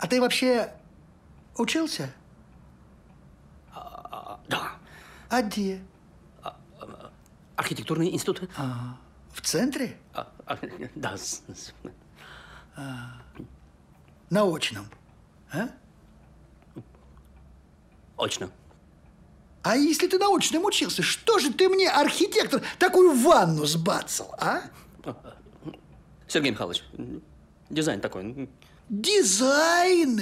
А ты вообще учился? Да. А где? Архитектурный институт. В центре? Да. На очном? А? Очно. А если ты на очном учился, что же ты мне, архитектор, такую ванну сбацал, а? Сергей Михайлович, дизайн такой. Дизайн?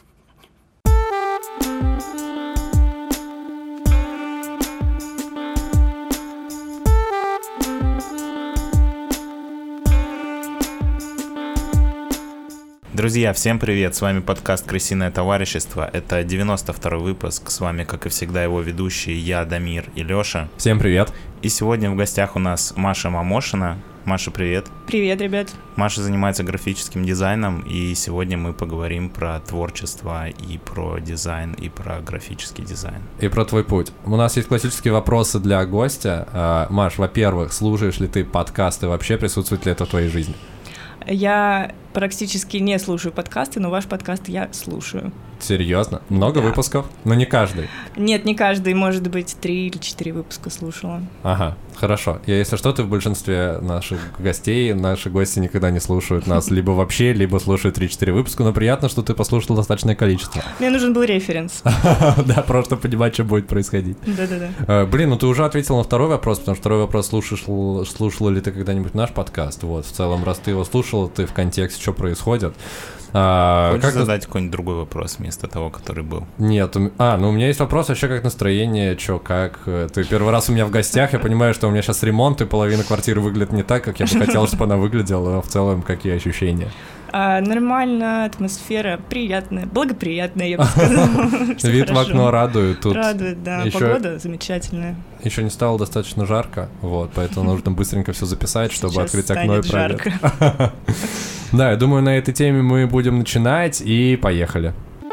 Друзья, всем привет! С вами подкаст «Крысиное товарищество». Это 92-й выпуск. С вами, как и всегда, его ведущие я, Дамир и Лёша. Всем привет! И сегодня в гостях у нас Маша Мамошина. Маша, привет! Привет, ребят! Маша занимается графическим дизайном, и сегодня мы поговорим про творчество и про дизайн, и про графический дизайн. И про твой путь. У нас есть классические вопросы для гостя. Маш, во-первых, слушаешь ли ты подкасты вообще? Присутствует ли это в твоей жизни? Я практически не слушаю подкасты, но ваш подкаст я слушаю. Серьезно? Много выпусков? Но не каждый. Нет, не каждый, может быть, 3 или 4 выпуска слушала. Ага, хорошо. Если что, ты в большинстве наших гостей, наши гости никогда не слушают нас либо вообще, либо слушают 3-4 выпуска, но приятно, что ты послушал достаточное количество. Мне нужен был референс. Да, просто понимать, что будет происходить. Да-да-да. Блин, ну ты уже ответил на второй вопрос, потому что второй вопрос, слушала ли ты когда-нибудь наш подкаст? Вот, в целом, раз ты его слушал, ты в контексте, что происходит. Хочешь задать какой-нибудь другой вопрос вместо того, который был? Нет, ну у меня есть вопрос вообще, как настроение, как? Ты первый раз у меня в гостях, я понимаю, что у меня сейчас ремонт, и половина квартиры выглядит не так, как я бы хотел, чтобы она выглядела, но в целом какие ощущения? Нормально, атмосфера приятная, благоприятная, я бы сказала. Вид в окно радует. Радует, да, погода замечательная. Еще не стало достаточно жарко, вот, поэтому нужно быстренько все записать, чтобы открыть окно и проверить. Да, я думаю, на этой теме мы будем начинать, и поехали.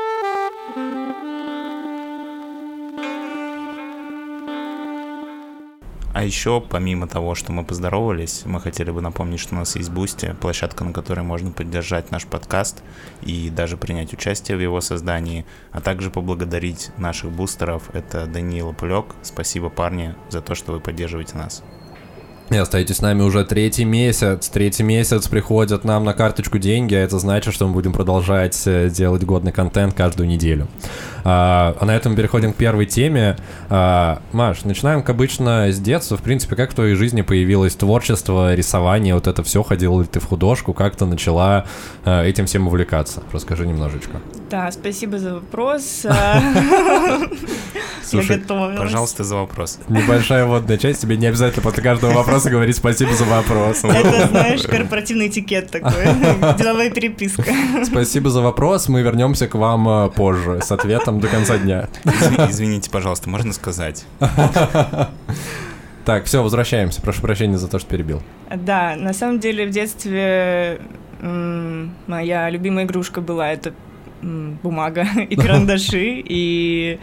А еще, помимо того, что мы поздоровались, мы хотели бы напомнить, что у нас есть Boosty, площадка, на которой можно поддержать наш подкаст и даже принять участие в его создании, а также поблагодарить наших бустеров. Это Даниил и Пулек. Спасибо, парни, за то, что вы поддерживаете нас. И остаетесь с нами уже третий месяц. Третий месяц приходят нам на карточку деньги, а это значит, что мы будем продолжать делать годный контент каждую неделю. А на этом переходим к первой теме. Маш, начинаем, как обычно, с детства. В принципе, как в твоей жизни появилось творчество, рисование, вот это все? Ходила ли ты в художку? Как ты начала этим всем увлекаться? Расскажи немножечко. Да, спасибо за вопрос. Слушай, я готовилась. Пожалуйста, за вопрос. Небольшая вводная часть, тебе не обязательно после каждого вопроса говорить спасибо за вопрос. Это, знаешь, корпоративный этикет такой, деловая переписка. Спасибо за вопрос, мы вернемся к вам позже с ответом до конца дня. Извините, пожалуйста, можно сказать? Так, все, возвращаемся. Прошу прощения за то, что перебил. Да, на самом деле в детстве моя любимая игрушка была это бумага и карандаши, и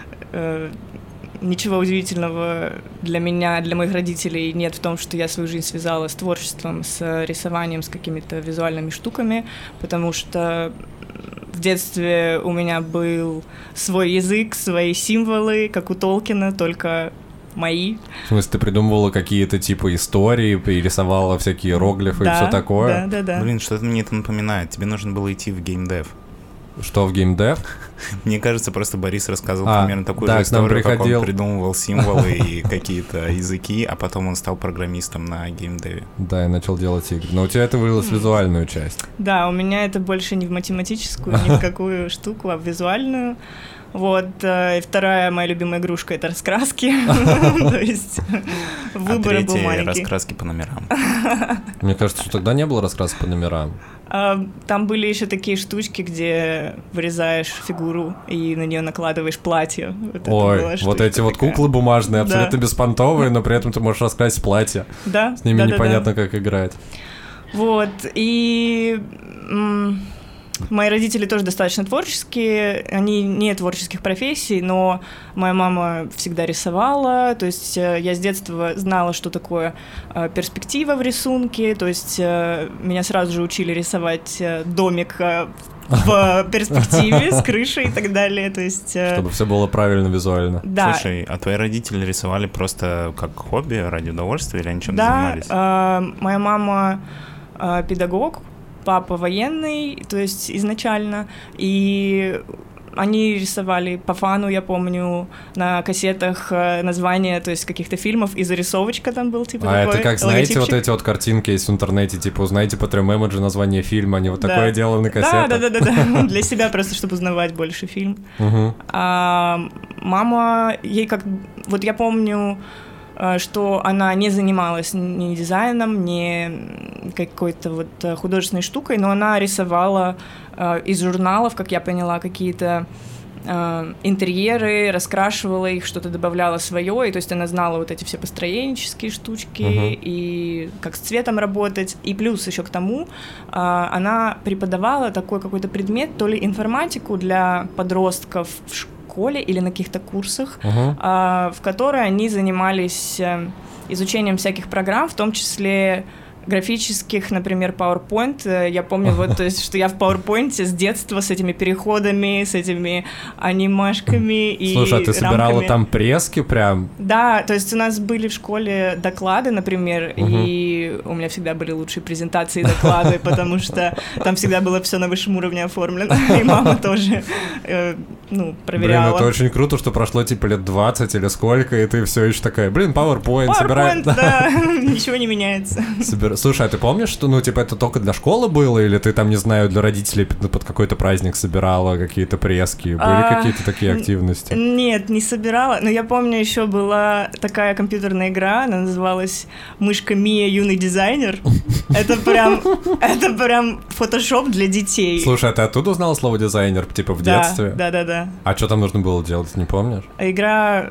ничего удивительного для меня, для моих родителей нет в том, что я свою жизнь связала с творчеством, с рисованием, с какими-то визуальными штуками, потому что в детстве у меня был свой язык, свои символы, как у Толкина, только мои. В смысле, ты придумывала какие-то типа истории, и рисовала всякие иероглифы и все такое? Да. Блин, что-то мне это напоминает. Тебе нужно было идти в геймдев. Что в геймдев? Мне кажется, просто Борис рассказывал примерно такую же историю, как он придумывал символы и какие-то языки, а потом он стал программистом на геймдеве. Да, я начал делать игры. Но у тебя это вылилось в визуальную часть. Да, у меня это больше не в математическую, ни в какую штуку, а в визуальную. Вот, и вторая моя любимая игрушка — это раскраски, то есть выбор был маленький. А раскраски по номерам. Мне кажется, что тогда не было раскрасок по номерам. Там были еще такие штучки, где вырезаешь фигуру и на нее накладываешь платье. Ой, вот эти вот куклы бумажные, абсолютно беспонтовые, но при этом ты можешь раскрасить платье. Да. С ними непонятно, как играть. Вот, и мои родители тоже достаточно творческие, они не творческих профессий, но моя мама всегда рисовала, то есть я с детства знала, что такое перспектива в рисунке, то есть меня сразу же учили рисовать домик в перспективе, с крышей и так далее, то есть... Чтобы все было правильно визуально. Да. Слушай, а твои родители рисовали просто как хобби, ради удовольствия, или они чем-то Да, занимались? моя мама педагог, папа военный, то есть изначально, и они рисовали по фану, я помню, на кассетах названия, то есть каких-то фильмов, и зарисовочка там был, типа такой. А это как, знаете, логотипчик. вот эти вот картинки есть в интернете, типа, узнаете по трем-эмоджи название фильма, они вот Да. такое делали на кассетах? Да, для себя просто, чтобы узнавать больше фильм. А мама, ей как... Вот я помню, что она не занималась ни дизайном, ни какой-то вот художественной штукой, но она рисовала из журналов, как я поняла, какие-то интерьеры, раскрашивала их, что-то добавляла свое, и то есть она знала вот эти все построенческие штучки и как с цветом работать, и плюс еще к тому она преподавала такой какой-то предмет, то ли информатику для подростков в школе или на каких-то курсах, в которой они занимались изучением всяких программ, в том числе графических, например, PowerPoint. Я помню, вот, то есть, что я в PowerPoint с детства с этими переходами, с этими анимашками и Слушай, а ты собирала рамками. там прески прям? Да, то есть у нас были в школе доклады, например, и у меня всегда были лучшие презентации и доклады, потому что там всегда было все на высшем уровне оформлено, и мама тоже, проверяла. Блин, это очень круто, что прошло типа лет 20 или сколько, и ты все еще такая, PowerPoint, собираем. Да, ничего не меняется. Слушай, а ты помнишь, что, это только для школы было, или ты там, не знаю, для родителей под какой-то праздник собирала какие-то прески? Были какие-то такие активности? Нет, не собирала, но я помню, еще была такая компьютерная игра, она называлась «Мышка Мия. Юный дизайнер». Это прям фотошоп для детей. Слушай, а ты оттуда узнала слово дизайнер, типа в детстве? Да. А что там нужно было делать, не помнишь? Игра...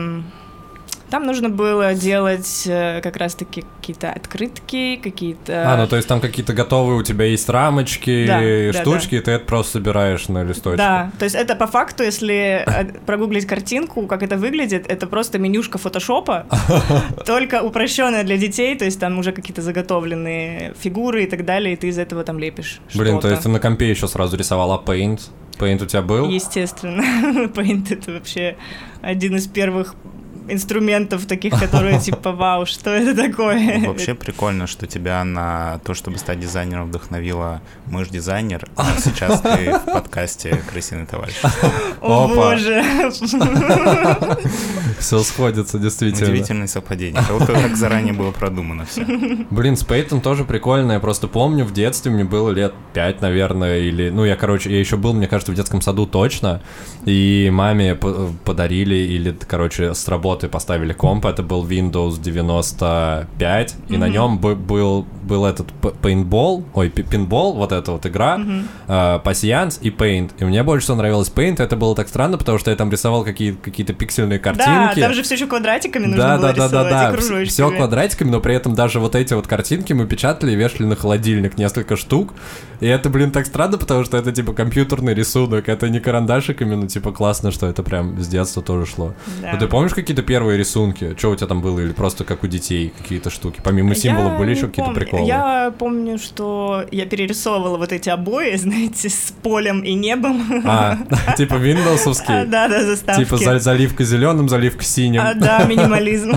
Там нужно было делать как раз-таки какие-то открытки, какие-то... То есть там какие-то готовые у тебя есть рамочки, штучки, и ты это просто собираешь на листочке. Да, то есть это по факту, если прогуглить картинку, как это выглядит, это просто менюшка фотошопа, только упрощенная для детей, то есть там уже какие-то заготовленные фигуры и так далее, и ты из этого там лепишь что-то. Блин, то есть ты на компе еще сразу рисовала Paint? Paint у тебя был? Естественно. Paint — это вообще один из первых инструментов таких, которые типа вау, что это такое? Вообще прикольно, что тебя на то, чтобы стать дизайнером, вдохновила мышь-дизайнер, а сейчас ты в подкасте «Крысиный товарищ». О боже! Все сходится, действительно. Удивительное совпадение. Как заранее было продумано все. Блин, с Пейтон тоже прикольно. Я просто помню, в детстве мне было лет 5, наверное, или... я еще был, мне кажется, в детском саду точно, и маме подарили, или, с работы поставили комп, это был Windows 95, и на нем был этот пинбол, вот эта вот игра, пасьянс и Paint. И мне больше всего нравилось Paint, это было так странно, потому что я там рисовал какие-то пиксельные картинки. Да, там же все еще квадратиками нужно было рисовать, и кружочками. Все квадратиками, но при этом даже вот эти вот картинки мы печатали и вешали на холодильник несколько штук. И это, так странно, потому что это типа компьютерный рисунок, это не карандашиками, но классно, что это прям с детства тоже шло. Да. Ты помнишь какие-то первые рисунки? Что у тебя там было? Или просто как у детей какие-то штуки? Помимо символов были еще какие-то приколы? Я помню, что я перерисовывала вот эти обои, знаете, с полем и небом. Типа виндовсовские? Да, заставки. Типа заливка зеленым, заливка синим. Да, минимализм.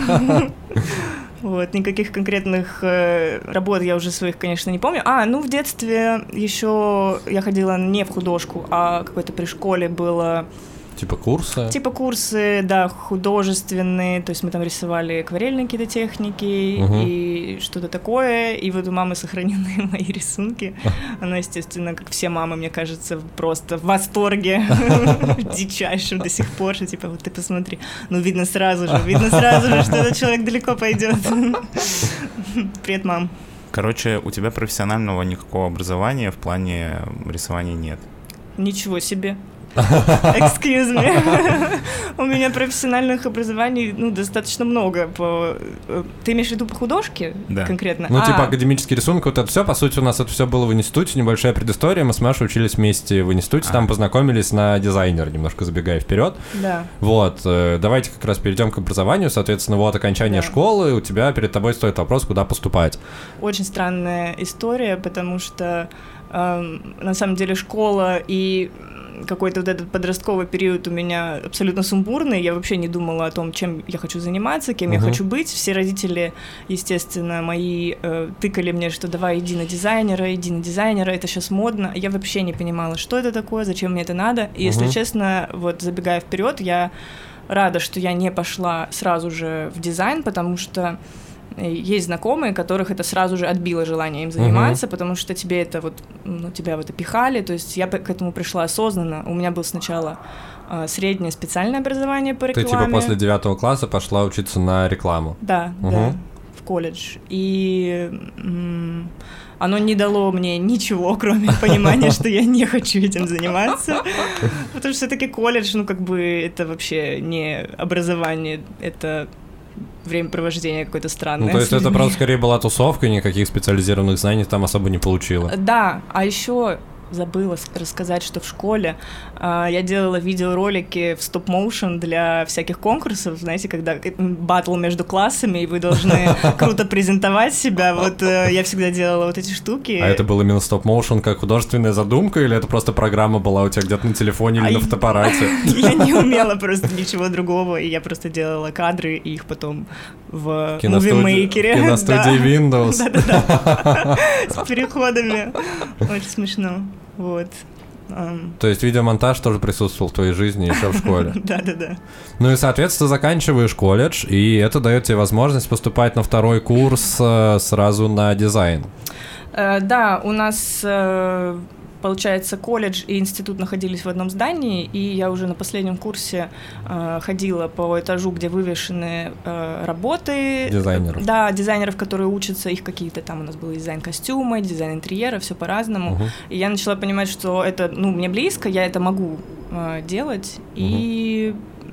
Вот, никаких конкретных работ я уже своих, конечно, не помню. В детстве еще я ходила не в художку, а какой-то при школе было... Типа курсы? Типа курсы, да, художественные, то есть мы там рисовали акварельные какие-то техники и что-то такое, и вот у мамы сохранены мои рисунки. Она, естественно, как все мамы, мне кажется, просто в восторге, дичайшем до сих пор, что типа, вот ты посмотри, видно сразу же, что этот человек далеко пойдет. Привет, мам. Короче, у тебя профессионального никакого образования в плане рисования нет. Ничего себе. Excuse me. У меня профессиональных образований, достаточно много. Ты имеешь в виду по художке конкретно? Типа академический рисунок, вот это все, по сути, у нас это все было в институте, небольшая предыстория, мы с Машей учились вместе в институте, там познакомились на дизайнер, немножко забегая вперед. Да. Вот, давайте как раз перейдем к образованию, соответственно, вот окончание школы, у тебя перед тобой стоит вопрос, куда поступать. Очень странная история, потому что На самом деле школа и какой-то вот этот подростковый период у меня абсолютно сумбурный. Я вообще не думала о том, чем я хочу заниматься, кем я хочу быть. Все родители, естественно, мои тыкали мне, что давай иди на дизайнера, это сейчас модно. Я вообще не понимала, что это такое, зачем мне это надо. И, если честно, вот забегая вперед, я рада, что я не пошла сразу же в дизайн, потому что есть знакомые, которых это сразу же отбило желание им заниматься, потому что тебе это вот, тебя в это пихали, то есть я к этому пришла осознанно. У меня было сначала среднее специальное образование по рекламе. Ты типа после 9 класса пошла учиться на рекламу? Да, да, в колледж. И оно не дало мне ничего, кроме понимания, что я не хочу этим заниматься, потому что все-таки колледж, это вообще не образование, это времяпровождение какое-то странное. То есть это просто скорее была тусовка, никаких специализированных знаний там особо не получила. Да, а еще забыла рассказать, что в школе я делала видеоролики в стоп-моушен для всяких конкурсов, знаете, когда баттл между классами, и вы должны круто презентовать себя. Вот я всегда делала вот эти штуки. А это был именно стоп-моушен как художественная задумка, или это просто программа была у тебя где-то на телефоне или на фотоаппарате? Я не умела просто ничего другого, и я просто делала кадры, и их потом в мувимейкере. В киностудии Windows. Да-да-да. С переходами. Очень смешно. Вот. То есть видеомонтаж тоже присутствовал в твоей жизни еще в школе? Да-да-да. Ну и, соответственно, заканчиваешь колледж, и это дает тебе возможность поступать на второй курс сразу на дизайн. Да, у нас, получается, колледж и институт находились в одном здании, и я уже на последнем курсе ходила по этажу, где вывешены работы. Дизайнеров. Да, дизайнеров, которые учатся, их какие-то там у нас был дизайн костюма, дизайн интерьера, все по-разному. И я начала понимать, что это, мне близко, я это могу делать, и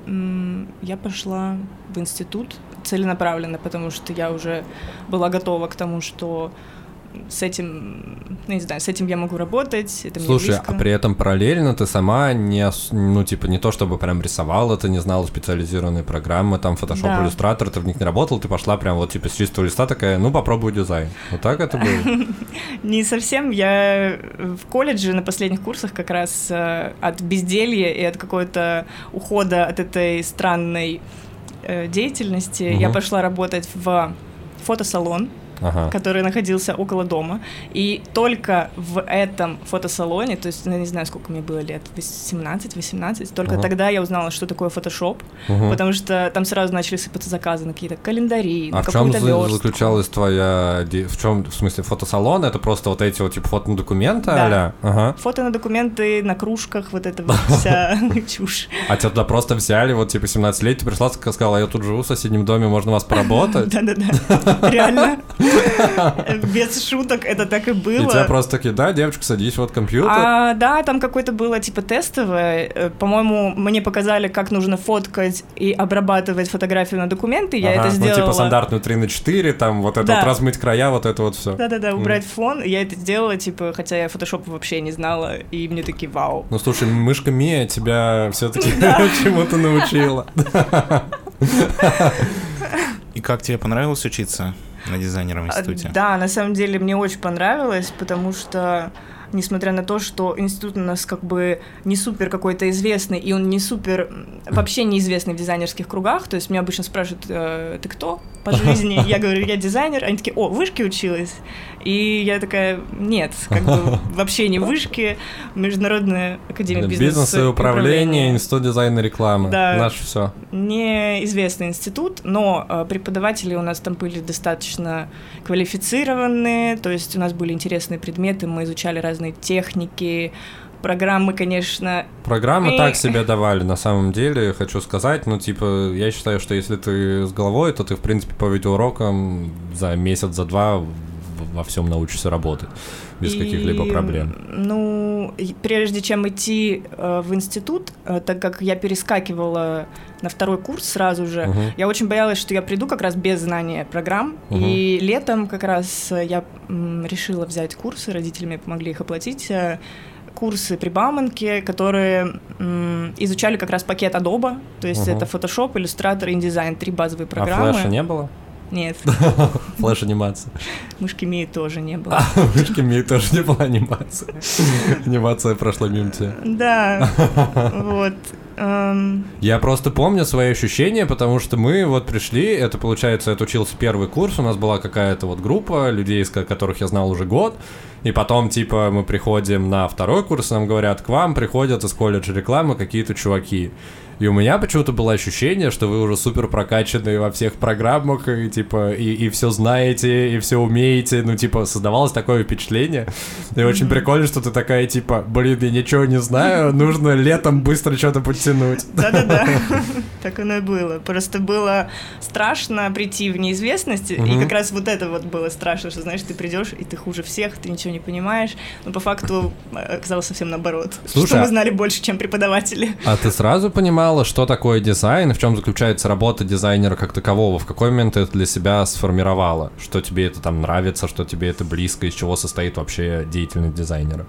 я пошла в институт целенаправленно, потому что я уже была готова к тому, что с этим, с этим я могу работать, это мне Слушай, близко. А при этом параллельно ты сама не то чтобы прям рисовала, ты не знала специализированные программы, там Photoshop, Illustrator, ты в них не работала, ты пошла прям вот с чистого листа такая, попробую дизайн. Вот так это было? Не совсем. Я в колледже на последних курсах как раз от безделья и от какого-то ухода от этой странной деятельности я пошла работать в фотосалон, который находился около дома. И только в этом фотосалоне, то есть, я не знаю, сколько мне было лет, 17-18, только тогда я узнала, что такое Photoshop, потому что там сразу начали сыпаться заказы на какие-то календари, на какую-то верстку. А в чем заключалась твоя... в смысле, фотосалон? Это просто вот эти вот типа фото на документы? Да. Фото на документы, на кружках, вот эта вот вся чушь. А тебя туда просто взяли, 17 лет, ты пришла, сказала, я тут живу в соседнем доме, можно у вас поработать? Да-да-да, реально. Без шуток, это так и было. И тебя просто такие, да, девочка, садись, вот компьютер. Да, там какое-то было типа тестовое. По-моему, мне показали, как нужно фоткать и обрабатывать фотографию на документы. Я это сделала. Стандартную 3:4, там вот это вот размыть края, вот это вот все. Да-да-да, убрать фон. Я это сделала, хотя я фотошоп вообще не знала, и мне такие, вау. Ну, слушай, мышка Мия тебя все-таки чему-то научила. И как тебе понравилось учиться на дизайнерном институте? Да, на самом деле мне очень понравилось, потому что, несмотря на то, что институт у нас как бы не супер какой-то известный, и он не супер, вообще неизвестный в дизайнерских кругах, то есть меня обычно спрашивают, ты кто по жизни? Я говорю, я дизайнер, они такие, в вышке училась? И я такая, нет, вообще не в вышке, Международная академия бизнеса и управления, институт дизайна и рекламы, наше все. Неизвестный институт, но преподаватели у нас там были достаточно квалифицированные, то есть у нас были интересные предметы, мы изучали разные техники, программы, конечно... Программы так себе давали, на самом деле, хочу сказать. Я считаю, что если ты с головой, то ты, в принципе, по видеоурокам за месяц, за два во всем научишься работать без каких-либо проблем. Прежде чем идти в институт, так как я перескакивала на второй курс сразу же, я очень боялась, что я приду как раз без знания программ, и летом как раз я решила взять курсы, родители мне помогли их оплатить, курсы при Бауманке, которые изучали как раз пакет Adobe, то есть это Photoshop, Illustrator, InDesign, 3 базовые программы. А флеша не было? Нет. Флэш-анимация. Мышки Мии тоже не было. Мышки Мии тоже не была анимация. Анимация прошла мимо тебя. Да, вот. Я просто помню свои ощущения, потому что мы вот пришли, это получается, я отучился первый курс, у нас была какая-то вот группа людей, из которых я знал уже год, и потом, типа, мы приходим на второй курс, нам говорят, к вам приходят из колледжа рекламы какие-то чуваки. И у меня почему-то было ощущение, что вы уже супер прокачанные во всех программах, и, типа, и все знаете, и все умеете. Ну, типа, создавалось такое впечатление. И очень прикольно, что ты такая, типа, блин, я ничего не знаю, нужно летом быстро что-то подтянуть. Да-да-да, так оно и было. Просто было страшно прийти в неизвестность, и как раз вот это вот было страшно, что, знаешь, ты придешь, и ты хуже всех, ты ничего не понимаешь. Но по факту оказалось совсем наоборот. Слушай, что мы знали больше, чем преподаватели. А ты сразу понимала, что такое дизайн, в чем заключается работа дизайнера как такового? В какой момент ты это для себя сформировала? Что тебе это там нравится, что тебе это близко, из чего состоит вообще деятельность дизайнера?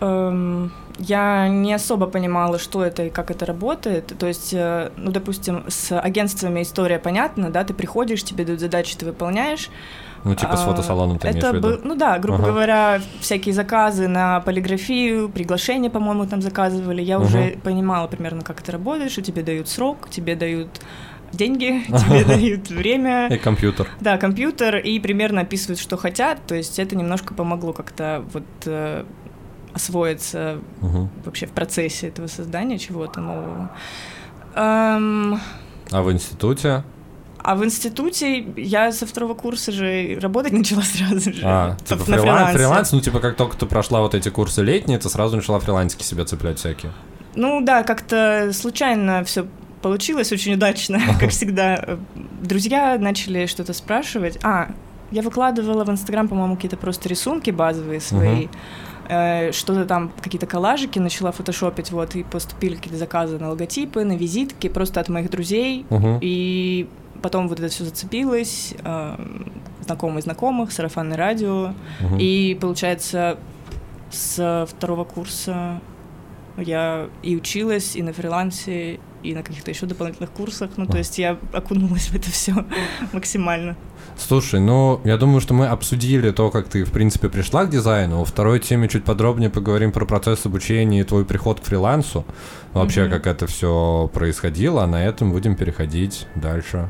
Я не особо понимала, что это и как это работает. То есть, ну, допустим, с агентствами история понятна, да, ты приходишь, тебе дают задачи, ты выполняешь. Ну, типа с фотосалоном ты имеешь в виду? Ну да, грубо говоря, всякие заказы на полиграфию, приглашения, по-моему, там заказывали. Я уже понимала примерно, как это работает, что тебе дают срок, тебе дают деньги, тебе дают время. И компьютер. Да, компьютер, и примерно описывают, что хотят. То есть это немножко помогло как-то вот освоиться вообще в процессе этого создания чего-то нового. А в институте? А в институте я со второго курса же работать начала сразу же. Типа на фрилансе. Фриланс, ну типа как только ты прошла вот эти курсы летние, ты сразу начала фрилансики себе цеплять всякие. Ну да, как-то случайно все получилось, очень удачно, как всегда. Друзья начали что-то спрашивать. Я выкладывала в Инстаграм, по-моему, какие-то просто рисунки базовые свои. Что-то там, какие-то коллажики начала фотошопить, вот, и поступили какие-то заказы на логотипы, на визитки, просто от моих друзей, и потом вот это все зацепилось, знакомые знакомых, сарафанное радио, и, получается, с второго курса я и училась, и на фрилансе, и на каких-то еще дополнительных курсах, ну, то есть я окунулась в это все максимально. Слушай, ну, я думаю, что мы обсудили то, как ты, в принципе, пришла к дизайну. Во второй теме чуть подробнее поговорим про процесс обучения и твой приход к фрилансу. Вообще, как это все происходило, а на этом будем переходить дальше.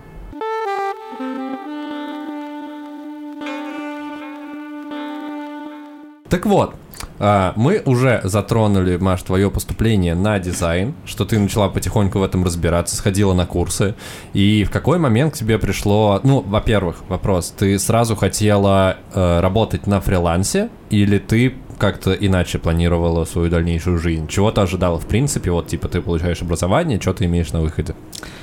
Так вот, мы уже затронули, Маш, твое поступление на дизайн, что ты начала потихоньку в этом разбираться, сходила на курсы. И в какой момент к тебе пришло... Ну, во-первых, вопрос. Ты сразу хотела работать на фрилансе или ты как-то иначе планировала свою дальнейшую жизнь? Чего ты ожидала, в принципе? Вот, типа, ты получаешь образование, что ты имеешь на выходе?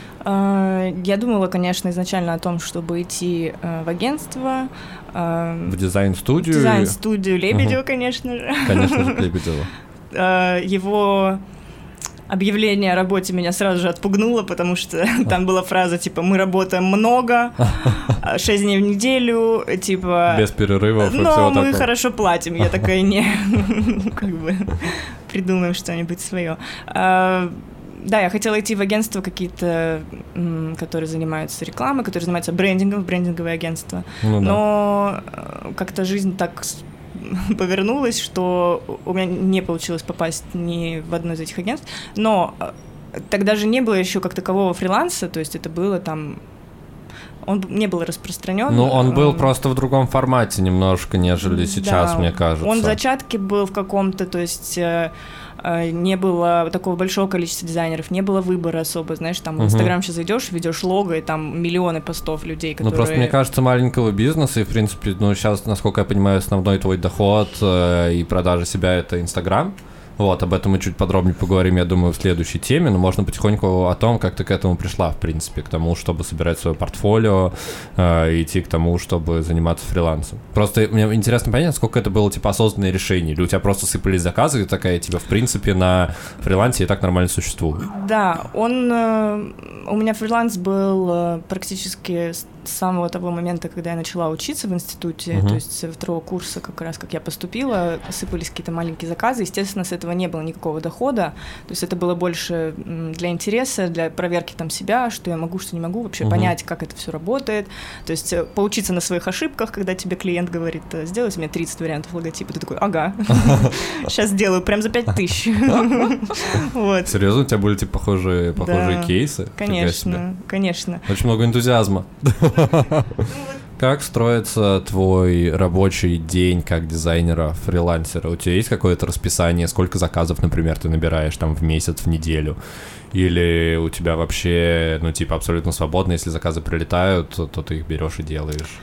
Я думала, конечно, изначально о том, чтобы идти в агентство. В дизайн-студию? В дизайн-студию Лебедева, конечно же. Конечно же, Лебедева. Его объявление о работе меня сразу же отпугнуло, потому что там была фраза, типа, мы работаем много, 6 дней в неделю, типа... Без перерывов и всего такого. Но мы такого. хорошо платим. Я такая, как бы, придумаем что-нибудь свое. Да, я хотела идти в агентства какие-то, которые занимаются рекламой, которые занимаются брендингом, в брендинговое агентство. Но как-то жизнь так повернулась, что у меня не получилось попасть ни в одно из этих агентств. Но тогда же не было еще как такового фриланса, то есть это было там... Он не был распространен. Ну, он был просто в другом формате немножко, нежели сейчас, мне кажется. Он в зачатке был в каком-то, то есть... не было такого большого количества дизайнеров, не было выбора особо, знаешь, там в Инстаграм сейчас зайдешь, ведешь лого, и там миллионы постов людей, которые... Ну, просто, мне кажется, маленького бизнеса, и, в принципе, ну, сейчас, насколько я понимаю, основной твой доход и продажа себя — это Инстаграм. Вот, об этом мы чуть подробнее поговорим, я думаю, в следующей теме, но можно потихоньку о том, как ты к этому пришла, в принципе, к тому, чтобы собирать свое портфолио, идти к тому, чтобы заниматься фрилансом. Просто мне интересно понять, сколько это было, типа, осознанное решение, или у тебя просто сыпались заказы, и такая, тебя, в принципе, на фрилансе и так нормально существует? Да, у меня фриланс был практически с самого того момента, когда я начала учиться в институте, то есть со 2-го курса, как раз как я поступила, сыпались какие-то маленькие заказы. Естественно, с этого не было никакого дохода. То есть это было больше для интереса, для проверки там себя, что я могу, что не могу, вообще понять, как это все работает. То есть поучиться на своих ошибках, когда тебе клиент говорит: сделайте мне 30 вариантов логотипа. Ты такой: ага, сейчас сделаю, прям за 5000. Вот. Серьезно, у тебя были типа похожие кейсы? Конечно, конечно. Очень много энтузиазма. Как строится твой рабочий день как дизайнера-фрилансера? У тебя есть какое-то расписание, сколько заказов, например, ты набираешь там в месяц, в неделю? Или у тебя вообще, ну, типа, абсолютно свободно, если заказы прилетают, то ты их берешь и делаешь?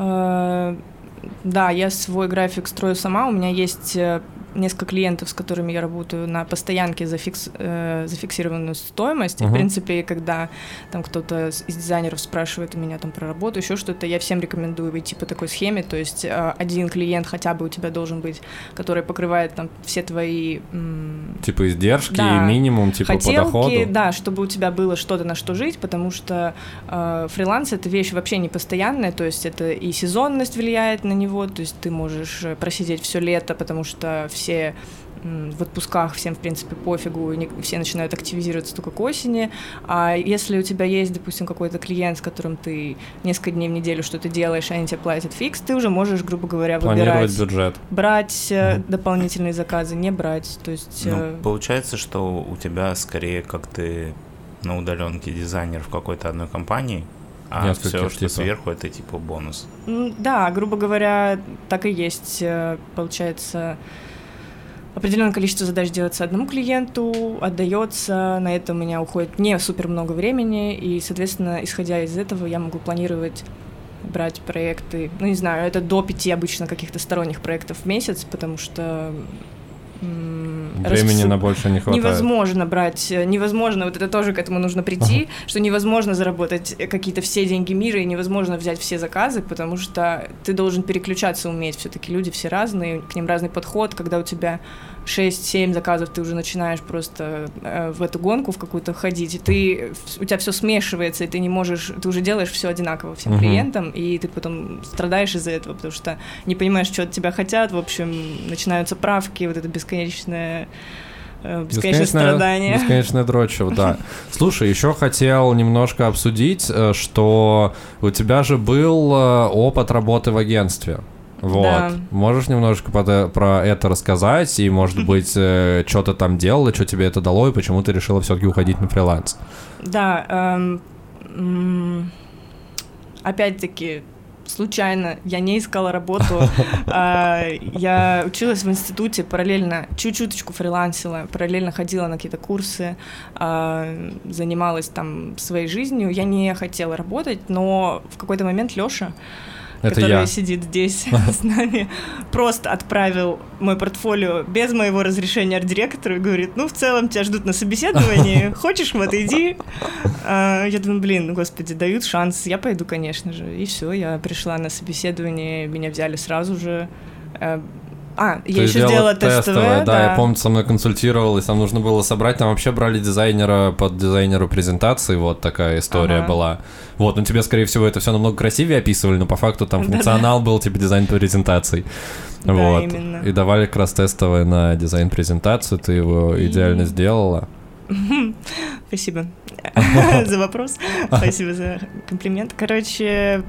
Да, я свой график строю сама. У меня есть несколько клиентов, с которыми я работаю на постоянке за фиксированную стоимость. И, в принципе, когда там кто-то из дизайнеров спрашивает у меня там про работу, еще что-то, я всем рекомендую идти по такой схеме. То есть один клиент хотя бы у тебя должен быть, который покрывает там все твои... Типа издержки, да, минимум, типа хотелки, по доходу. Да, чтобы у тебя было что-то, на что жить, потому что фриланс — это вещь вообще не постоянная, то есть это и сезонность влияет на него, то есть ты можешь просидеть все лето, потому что все в отпусках, всем, в принципе, пофигу, и все начинают активизироваться только к осени. А если у тебя есть, допустим, какой-то клиент, с которым ты несколько дней в неделю что-то делаешь, и они тебе платят фикс, ты уже можешь, грубо говоря, планировать бюджет. Брать дополнительные заказы, не брать. То есть, получается, что у тебя скорее как ты на удаленке дизайнер в какой-то одной компании, а все, что сверху, это типа бонус. Да, грубо говоря, так и есть. Получается, определенное количество задач делается одному клиенту, отдается, на это у меня уходит не супер много времени, и, соответственно, исходя из этого, я могу планировать брать проекты, ну, не знаю, это до 5 обычно каких-то сторонних проектов в месяц, потому что... Времени на больше не хватает. Невозможно брать, невозможно, вот это тоже к этому нужно прийти, что невозможно заработать какие-то все деньги мира и невозможно взять все заказы, потому что ты должен переключаться уметь, все-таки люди все разные, к ним разный подход, когда у тебя 6-7 заказов, ты уже начинаешь просто в эту гонку в какую-то ходить, и у тебя все смешивается, и ты не можешь, ты уже делаешь все одинаково всем клиентам, и ты потом страдаешь из-за этого, потому что не понимаешь, что от тебя хотят, в общем, начинаются правки, вот это бесконечное страдание. Бесконечное дрочево, да. Слушай, еще хотел немножко обсудить, что у тебя же был опыт работы в агентстве. Вот. Да. Можешь немножко про это рассказать и, может быть, что ты там делала, что тебе это дало и почему ты решила все-таки уходить на фриланс? Да, опять-таки, случайно, я не искала работу, я училась в институте, параллельно чуть-чуточку фрилансила, параллельно ходила на какие-то курсы, занималась там своей жизнью, я не хотела работать, но в какой-то момент Лёша, который сидит здесь с нами, просто отправил мой портфолио без моего разрешения арт-директору и говорит: ну, в целом тебя ждут на собеседовании, хочешь, вот иди. Я думаю, господи, дают шанс, я пойду, конечно же. И все, я пришла на собеседование, меня взяли сразу же. Я еще сделала тестовое. Да, я помню, со мной консультировалась, там нужно было собрать, там вообще брали дизайнера под дизайнеру презентации, вот такая история была. Вот, ну тебе, скорее всего, это все намного красивее описывали, но по факту там функционал был типа дизайн презентаций. Да, вот. Именно. И давали как раз тестовое на дизайн-презентацию, ты его идеально сделала. Спасибо за вопрос, спасибо за комплимент. Короче...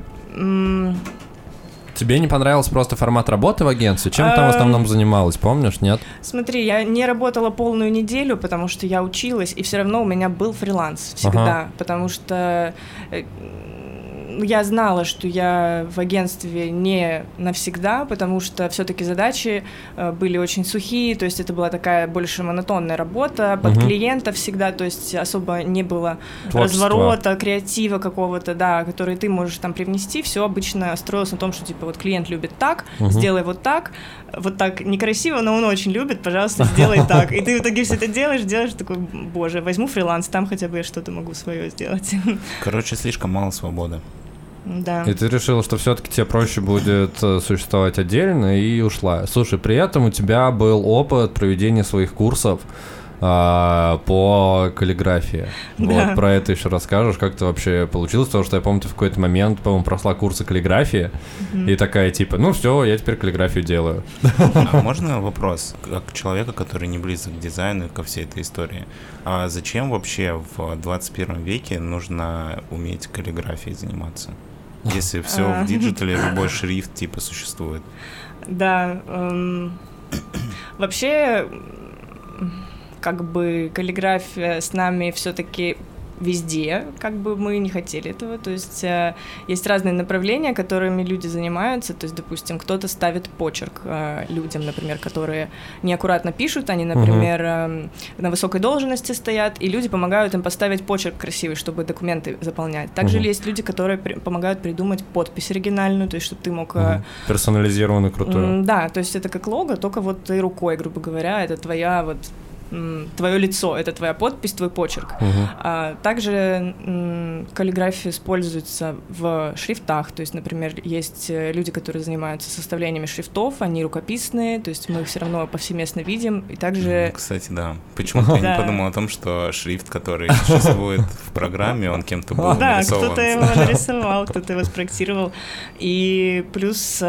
Тебе не понравился просто формат работы в агентстве? Чем ты там в основном занималась, помнишь, нет? Смотри, я не работала полную неделю, потому что я училась, и все равно у меня был фриланс всегда, потому что я знала, что я в агентстве не навсегда, потому что все-таки задачи были очень сухие, то есть это была такая больше монотонная работа под клиента всегда, то есть особо не было разворота, креатива какого-то, да, который ты можешь там привнести, все обычно строилось на том, что типа вот клиент любит так, сделай вот так некрасиво, но он очень любит, пожалуйста, сделай так. И ты в итоге все это делаешь, такой, боже, возьму фриланс, там хотя бы я что-то могу свое сделать. Короче, слишком мало свободы. Да. И ты решила, что все-таки тебе проще будет существовать отдельно, и ушла. Слушай, при этом у тебя был опыт проведения своих курсов. по каллиграфии. Да. Вот, про это еще расскажешь, как это вообще получилось, потому что я помню, ты в какой-то момент, по-моему, прошла курсы каллиграфии, и такая типа, ну все, я теперь каллиграфию делаю. А можно вопрос, как человека, который не близок к дизайну и ко всей этой истории, а зачем вообще в 21 веке нужно уметь каллиграфией заниматься? Если все в диджитале, любой шрифт типа существует. Да, вообще, как бы каллиграфия с нами все-таки везде, как бы мы не хотели этого, то есть есть разные направления, которыми люди занимаются, то есть, допустим, кто-то ставит почерк людям, например, которые неаккуратно пишут, они, например, на высокой должности стоят, и люди помогают им поставить почерк красивый, чтобы документы заполнять. Также есть люди, которые помогают придумать подпись оригинальную, то есть, чтобы ты мог... Персонализированную, крутую. Да, то есть это как лого, только вот ты рукой, грубо говоря, это твоя вот... твое лицо, это твоя подпись, твой почерк. Также каллиграфия используется в шрифтах, то есть, например, есть люди, которые занимаются составлениями шрифтов, они рукописные, то есть мы их все равно повсеместно видим, и также... Кстати, да. Почему-то я не подумал о том, что шрифт, который существует в программе, он кем-то был нарисован. Да, кто-то его нарисовал, кто-то его спроектировал, и плюс...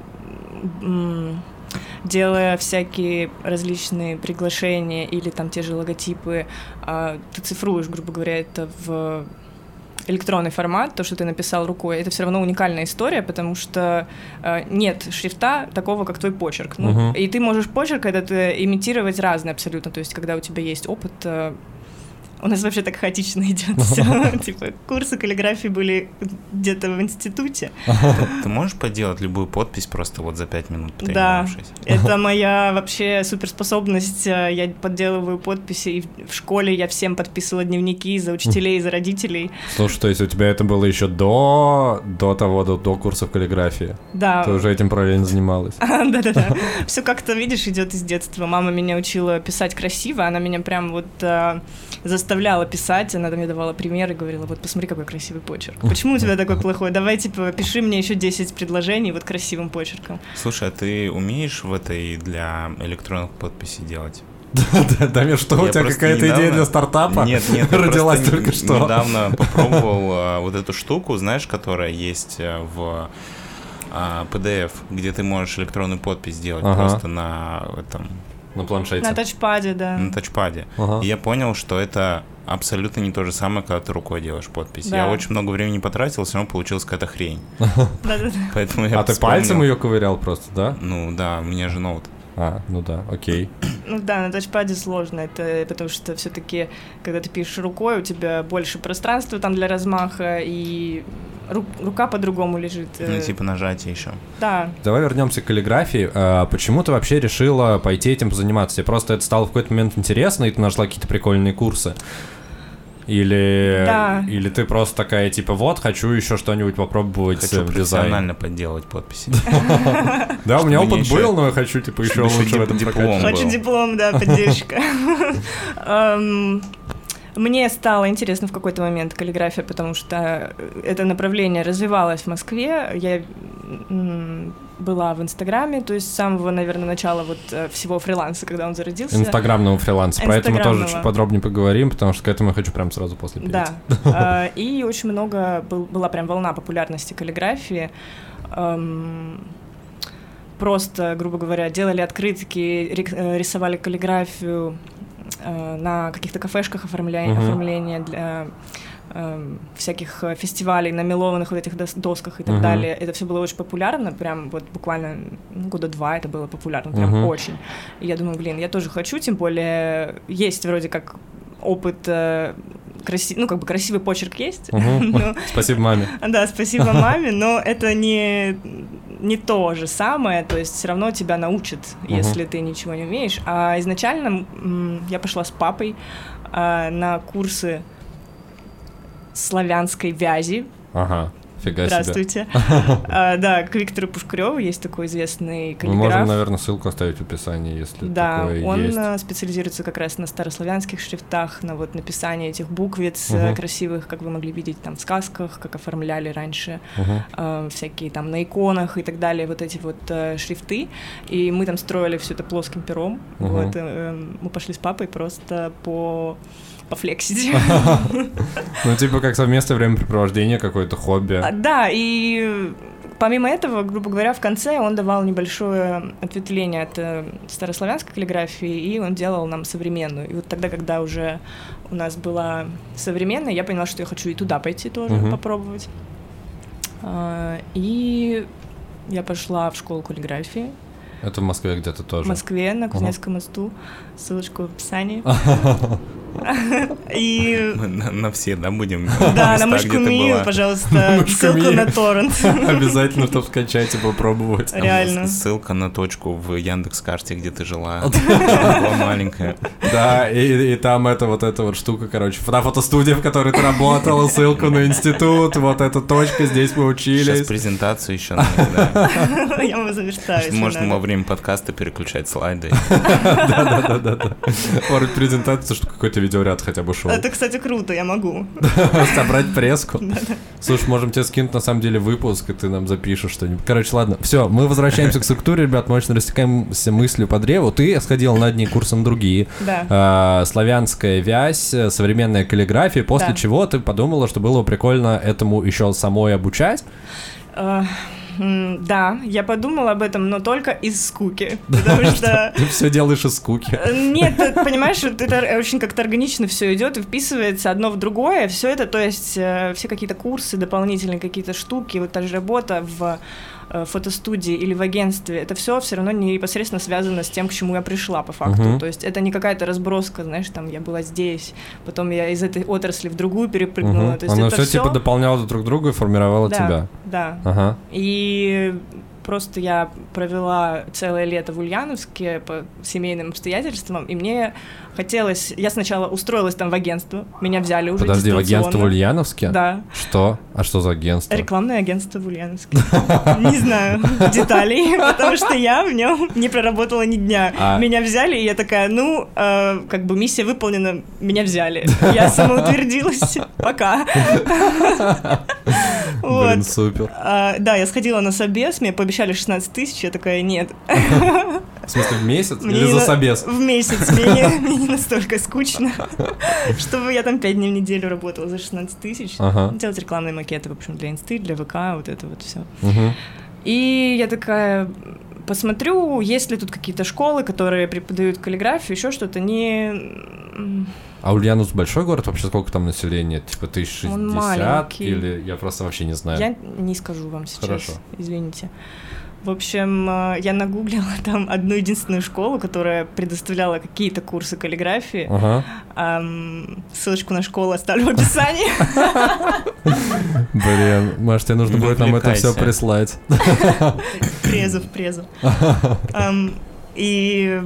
делая всякие различные приглашения или там те же логотипы, ты цифруешь, грубо говоря, это в электронный формат, то, что ты написал рукой, это все равно уникальная история, потому что нет шрифта такого, как твой почерк. Ну, и ты можешь почерк этот имитировать разный абсолютно, то есть когда у тебя есть опыт... У нас вообще так хаотично идет все. Типа, курсы каллиграфии были где-то в институте. Ты можешь поделать любую подпись просто вот за 5 минут, Да, потренировавшись? это моя вообще суперспособность. Я подделываю подписи, и в школе я всем подписывала дневники за учителей, за родителей. Слушай, то есть у тебя это было еще до курсов каллиграфии? Да. Ты уже этим параллельно занималась? Да-да-да. Все как-то, видишь, идет из детства. Мама меня учила писать красиво, она меня прям вот заставляла писать, она мне давала примеры, говорила, вот посмотри, какой красивый почерк. Почему у тебя такой плохой? Давай, типа, пиши мне еще 10 предложений вот красивым почерком. Слушай, а ты умеешь в этой для электронных подписей делать? Да, Миш, что у тебя какая-то идея для стартапа? Нет, родилась только что. Недавно попробовал вот эту штуку, знаешь, которая есть в PDF, где ты можешь электронную подпись сделать просто на этом... На планшете. На тачпаде, да. На тачпаде. И я понял, что это абсолютно не то же самое, когда ты рукой делаешь подпись. Да. Я очень много времени потратил, все равно получилась какая-то хрень. Да-да-да. Поэтому я ты пальцем ее ковырял просто, да? Ну да, у меня же ноут. Ну да, окей. Ну да, на тачпаде сложно, это потому что все-таки, когда ты пишешь рукой, у тебя больше пространства там для размаха, и рука по-другому лежит. Ну типа нажатие еще. Да. Давай вернемся к каллиграфии. Почему ты вообще решила пойти этим позаниматься? Тебе просто это стало в какой-то момент интересно, и ты нашла какие-то прикольные курсы? Или ты просто такая, типа, вот, хочу еще что-нибудь попробовать в дизайне. Хочу профессионально подделывать подписи. Да, у меня опыт был, но я хочу, типа, еще лучше в этом прокачать. Хочу диплом, да, поддержка. Мне стало интересно в какой-то момент каллиграфия, потому что это направление развивалось в Москве. Я была в Инстаграме, то есть с самого, наверное, начала вот всего фриланса, когда он зародился. Инстаграмного фриланса. Про это мы тоже чуть подробнее поговорим, потому что к этому я хочу прям сразу после перейти. Да. И очень много была прям волна популярности каллиграфии. Просто, грубо говоря, делали открытки, рисовали каллиграфию на каких-то кафешках, оформление для всяких фестивалей, на мелованных вот этих досках и так далее. Это все было очень популярно, прям вот буквально года 2 это было популярно, прям очень. И я думаю, блин, я тоже хочу, тем более есть вроде как опыт, красивый почерк есть. Спасибо маме. Да, спасибо маме, но это не то же самое, то есть все равно тебя научат, если ты ничего не умеешь. А изначально я пошла с папой на курсы славянской вязи. Фига Здравствуйте. Да, к Виктору Пушкареву есть такой известный каллиграф. Мы можем, наверное, ссылку оставить в описании, если такое есть. Да, он специализируется как раз на старославянских шрифтах, на вот написании этих буквиц красивых, как вы могли видеть там в сказках, как оформляли раньше, всякие там на иконах и так далее, вот эти вот шрифты. И мы там строили все это плоским пером. Вот, мы пошли с папой просто пофлексить. Ну, типа как совместное времяпрепровождение, какое-то хобби. Да, и помимо этого, грубо говоря, в конце он давал небольшое ответвление от старославянской каллиграфии, и он делал нам современную. И вот тогда, когда уже у нас была современная, я поняла, что я хочу и туда пойти тоже, попробовать. И я пошла в школу каллиграфии. Это в Москве где-то тоже? В Москве, на Кузнецком мосту. Ссылочку в описании. И... На все, да, будем? Да, на Мышку Мию, пожалуйста, ссылку на торрент. Обязательно, чтобы скачать и попробовать. Реально. Ссылка на точку в Яндекс.Карте, где ты жила. Была маленькая. Да, и там это вот штука, короче, та фотостудия, в которой ты работала, ссылку на институт, вот эта точка, здесь мы учились. Сейчас презентацию еще надо. Я вам заверстаю. Можно во время подкаста переключать слайды. Да. Может, презентацию, что какой-то видеоряд хотя бы шел. Это, кстати, круто, я могу. Собрать преску. Слушай, можем тебе скинуть, на самом деле, выпуск, и ты нам запишешь что-нибудь. Короче, ладно, все, мы возвращаемся к структуре, ребят, мы очень растекаемся мыслью по древу. Ты сходил на одни курсы, на другие. Да. Славянская вязь, современная каллиграфия, после чего ты подумала, что было бы прикольно этому еще самой обучать? Да, я подумала об этом, но только из скуки, потому что... Ты все делаешь из скуки. Нет, понимаешь, это очень как-то органично все идет и вписывается одно в другое, все это, то есть все какие-то курсы, дополнительные какие-то штуки, вот та же работа в фотостудии или в агентстве, это все равно непосредственно связано с тем, к чему я пришла по факту. То есть это не какая-то разброска, знаешь, там я была здесь, потом я из этой отрасли в другую перепрыгнула. То есть оно это все типа дополняло друг друга и формировало тебя. Да. И просто я провела целое лето в Ульяновске по семейным обстоятельствам, и мне хотелось... Я сначала устроилась там в агентство, меня взяли уже дистанционно. Подожди, в агентство в Ульяновске? Да. Что? А что за агентство? Рекламное агентство в Ульяновске. Не знаю деталей, потому что я в нем не проработала ни дня. Меня взяли, и я такая, как бы миссия выполнена, меня взяли. Я самоутвердилась. Пока. Блин, супер. Да, я сходила на собес, мне пообещали 16 тысяч, я такая, нет. В смысле, в месяц или за собес? В месяц, мне не настолько скучно, чтобы я там 5 дней в неделю работала за 16 тысяч. Делать рекламные макеты, в общем, для инсты, для ВК, вот это вот все. И я такая... Посмотрю, есть ли тут какие-то школы, которые преподают каллиграфию, еще что-то, А Ульяновск большой город? Вообще сколько там населения? Типа 1060? Он маленький. Или я просто вообще не знаю? Я не скажу вам сейчас. Хорошо. Извините. В общем, я нагуглила там одну единственную школу, которая предоставляла какие-то курсы каллиграфии. Ссылочку на школу оставлю в описании. Блин, Маш, тебе нужно будет нам это все прислать. Презов. И...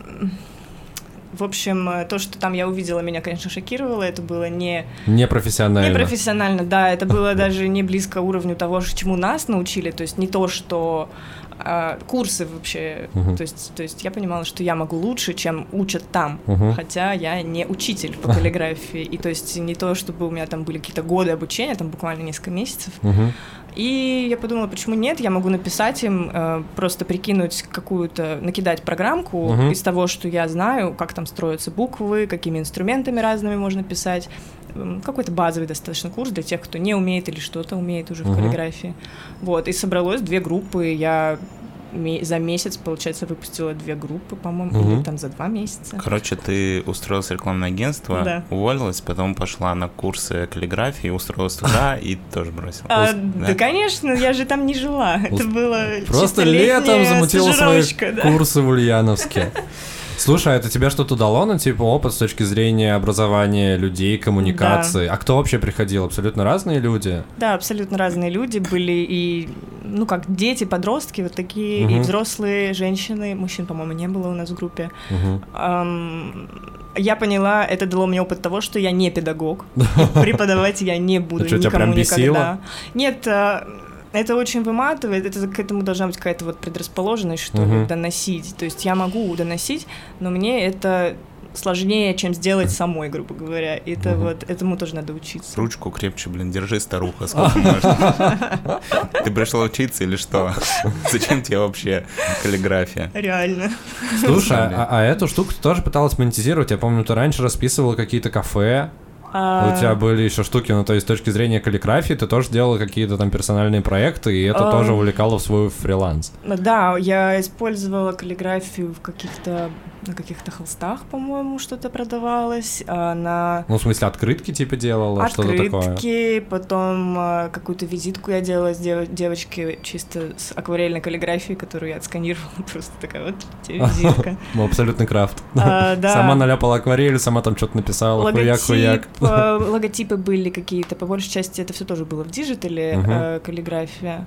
В общем, то, что там я увидела, меня, конечно, шокировало. Это было непрофессионально. Непрофессионально, да. Это было даже не близко уровню того, чему нас научили. То есть не то, что курсы вообще. То есть я понимала, что я могу лучше, чем учат там. Хотя я не учитель по каллиграфии. И то есть не то, чтобы у меня там были какие-то годы обучения, там буквально несколько месяцев. И я подумала, почему нет, я могу написать им, просто прикинуть какую-то, накидать программку из того, что я знаю, как там строятся буквы, какими инструментами разными можно писать. Какой-то базовый достаточно курс для тех, кто не умеет или что-то умеет уже в каллиграфии. Вот, и собралось 2 группы, я за месяц, получается, выпустила 2 группы, по-моему, или там за 2 месяца. Короче, ты устроилась в рекламное агентство, уволилась, потом пошла на курсы каллиграфии, устроилась туда и тоже бросила. Да, конечно, я же там не жила. Это было просто летом замутила свои курсы в Ульяновске. Слушай, а это тебе что-то дало, ну, типа, опыт с точки зрения образования людей, коммуникации? Да. А кто вообще приходил? Абсолютно разные люди? Да, абсолютно разные люди были, и, ну, как дети, подростки, вот такие, и взрослые, женщины, мужчин, по-моему, не было у нас в группе. Я поняла, это дало мне опыт того, что я не педагог, преподавать я не буду никому никогда. Нет, это очень выматывает, это к этому должна быть какая-то вот предрасположенность, что ли, доносить. То есть я могу доносить, но мне это сложнее, чем сделать самой, грубо говоря. И это вот, этому тоже надо учиться. Ручку крепче, держи, старуха, сколько можно. Ты пришла учиться или что? Зачем тебе вообще каллиграфия? Реально. Слушай, а эту штуку ты тоже пыталась монетизировать? Я помню, ты раньше расписывала какие-то кафе. У тебя были еще штуки, ну, то есть с точки зрения каллиграфии ты тоже делала какие-то там персональные проекты, и это тоже увлекало в свой фриланс. Да, я использовала каллиграфию на каких-то холстах, по-моему, что-то продавалось. Ну, в смысле, открытки типа делала, что-то такое? Открытки, потом какую-то визитку я делала с девочки чисто с акварельной каллиграфией, которую я отсканировала, просто такая вот визитка. Абсолютный крафт. Сама наляпала акварель, сама там что-то написала, хуяк-хуяк. Логотипы были какие-то, по большей части это все тоже было в диджитале, каллиграфия.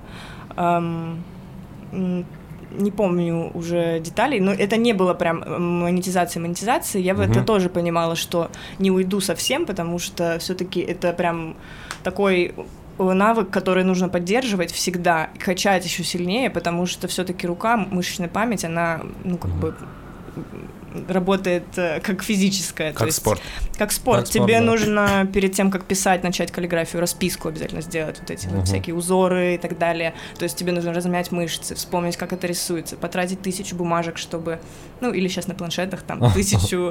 Не помню уже деталей, но это не было прям монетизация. Я в это тоже понимала, что не уйду совсем, потому что все-таки это прям такой навык, который нужно поддерживать всегда, и качать еще сильнее, потому что все-таки рука, мышечная память, она, ну, как бы работает как физическая. Как спорт. Как спорт. Тебе нужно перед тем, как писать, начать каллиграфию, расписку обязательно сделать, вот эти вот всякие узоры и так далее. То есть тебе нужно размять мышцы, вспомнить, как это рисуется, потратить 1000 бумажек, чтобы, ну, или сейчас на планшетах там 1000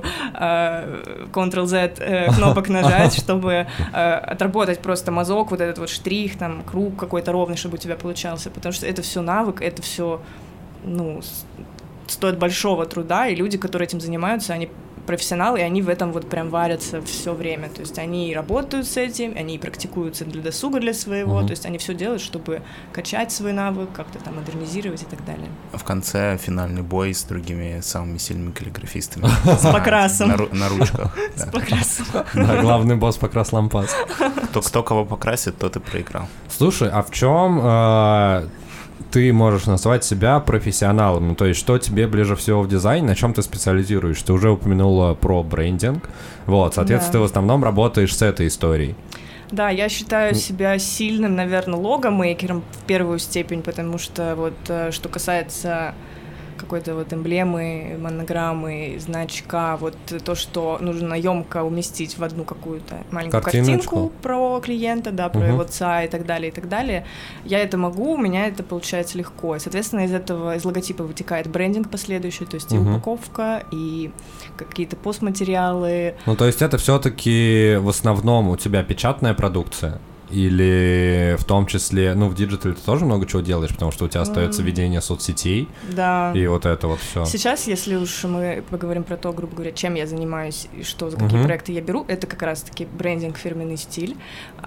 Ctrl-Z кнопок нажать, чтобы отработать просто мазок, вот этот вот штрих, там, круг какой-то ровный, чтобы у тебя получался, потому что это все навык, это все, ну, стоит большого труда, и люди, которые этим занимаются, они профессионалы, и они в этом вот прям варятся все время. То есть они работают с этим, они практикуются для досуга для своего, то есть они все делают, чтобы качать свой навык, как-то там модернизировать и так далее. В конце финальный бой с другими самыми сильными каллиграфистами. С покрасом. На ручках. С покрасом. Да, главный босс покрас лампас. Кто кого покрасит, тот и проиграл. Слушай, а в чем ты можешь назвать себя профессионалом? Ну, то есть, что тебе ближе всего в дизайне, на чем ты специализируешь? Ты уже упомянула про брендинг. Вот, соответственно, ты в основном работаешь с этой историей. Да, я считаю себя сильным, наверное, логомейкером в первую степень, потому что вот что касается какой-то вот эмблемы, монограммы, значка, вот то, что нужно ёмко уместить в одну какую-то маленькую картинку про клиента, да, про его отца и так далее, я это могу, у меня это получается легко. И, соответственно, из логотипа вытекает брендинг последующий, то есть и упаковка, и какие-то постматериалы. Ну, то есть это все-таки в основном у тебя печатная продукция? Или в том числе, ну, в диджитале ты тоже много чего делаешь, потому что у тебя остается ведение соцсетей, да. И вот это вот все. Сейчас, если уж мы поговорим про то, грубо говоря, чем я занимаюсь и что за какие проекты я беру, это как раз-таки брендинг, фирменный стиль.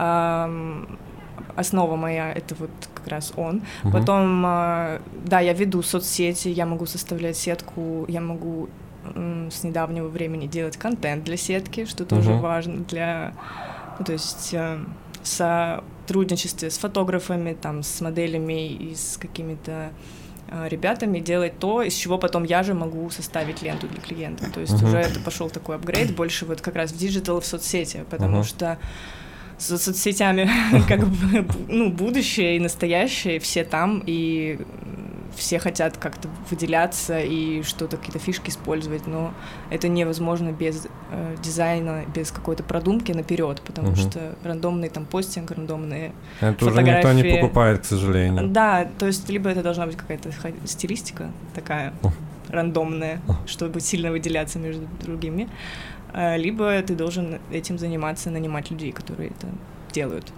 Основа моя — это вот как раз он. Потом, да, я веду соцсети, я могу составлять сетку, я могу с недавнего времени делать контент для сетки, что тоже важно для, ну, то есть сотрудничестве с фотографами, там, с моделями и с какими-то ребятами делать то, из чего потом я же могу составить ленту для клиента. То есть уже это пошел такой апгрейд, больше вот как раз в диджитал, в соцсети, потому что с соцсетями как бы, ну, будущее и настоящее, все там, и все хотят как-то выделяться и что-то, какие-то фишки использовать, но это невозможно без дизайна, без какой-то продумки наперед, потому что рандомный там постинг, рандомные это фотографии. уже никто не покупает, к сожалению. Да, то есть либо это должна быть какая-то стилистика такая рандомная, чтобы сильно выделяться между другими, либо ты должен этим заниматься, нанимать людей, которые это делают.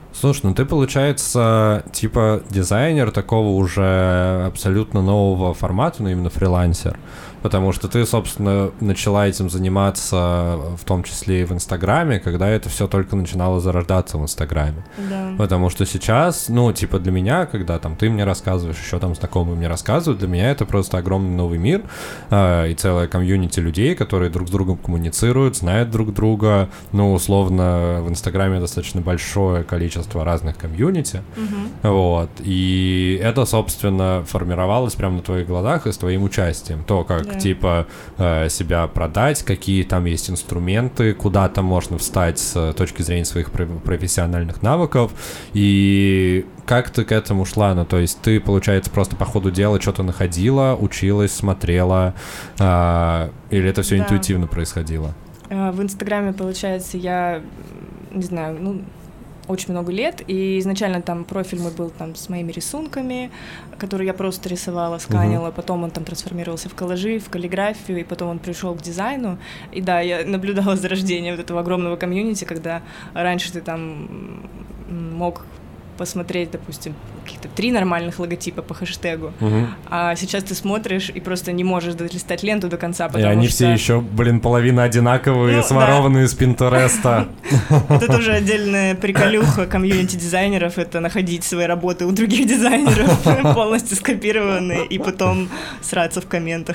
Слушай, ну ты, получается, типа дизайнер такого уже абсолютно нового формата, но именно фрилансер. Потому что ты, собственно, начала этим заниматься, в том числе и в Инстаграме, когда это все только начинало зарождаться в Инстаграме. Да. Потому что сейчас, ну, типа для меня, когда там ты мне рассказываешь, еще там знакомые мне рассказывают, для меня это просто огромный новый мир и целая комьюнити людей, которые друг с другом коммуницируют, знают друг друга. Ну, условно, в Инстаграме достаточно большое количество разных комьюнити. Вот. И это, собственно, формировалось прямо на твоих глазах и с твоим участием. То, как типа себя продать, какие там есть инструменты, куда там можно встать с точки зрения своих профессиональных навыков, и как ты к этому шла? Ну, то есть ты, получается, просто по ходу дела что-то находила, училась, смотрела, или это все интуитивно происходило? В Инстаграме, получается, я, не знаю, ну, очень много лет, и изначально там профиль мой был там с моими рисунками, которые я просто рисовала, сканила, потом он там трансформировался в коллажи, в каллиграфию, и потом он пришел к дизайну, и да, я наблюдала за рождением вот этого огромного комьюнити, когда раньше ты там мог посмотреть, допустим, каких-то 3 нормальных логотипа по хэштегу, а сейчас ты смотришь и просто не можешь долистать ленту до конца, потому и они что... все еще, половина одинаковые, ну, сворованные с Пинтереста. Это тоже отдельная приколюха комьюнити-дизайнеров, это находить свои работы у других дизайнеров, полностью скопированные, и потом сраться в комментах.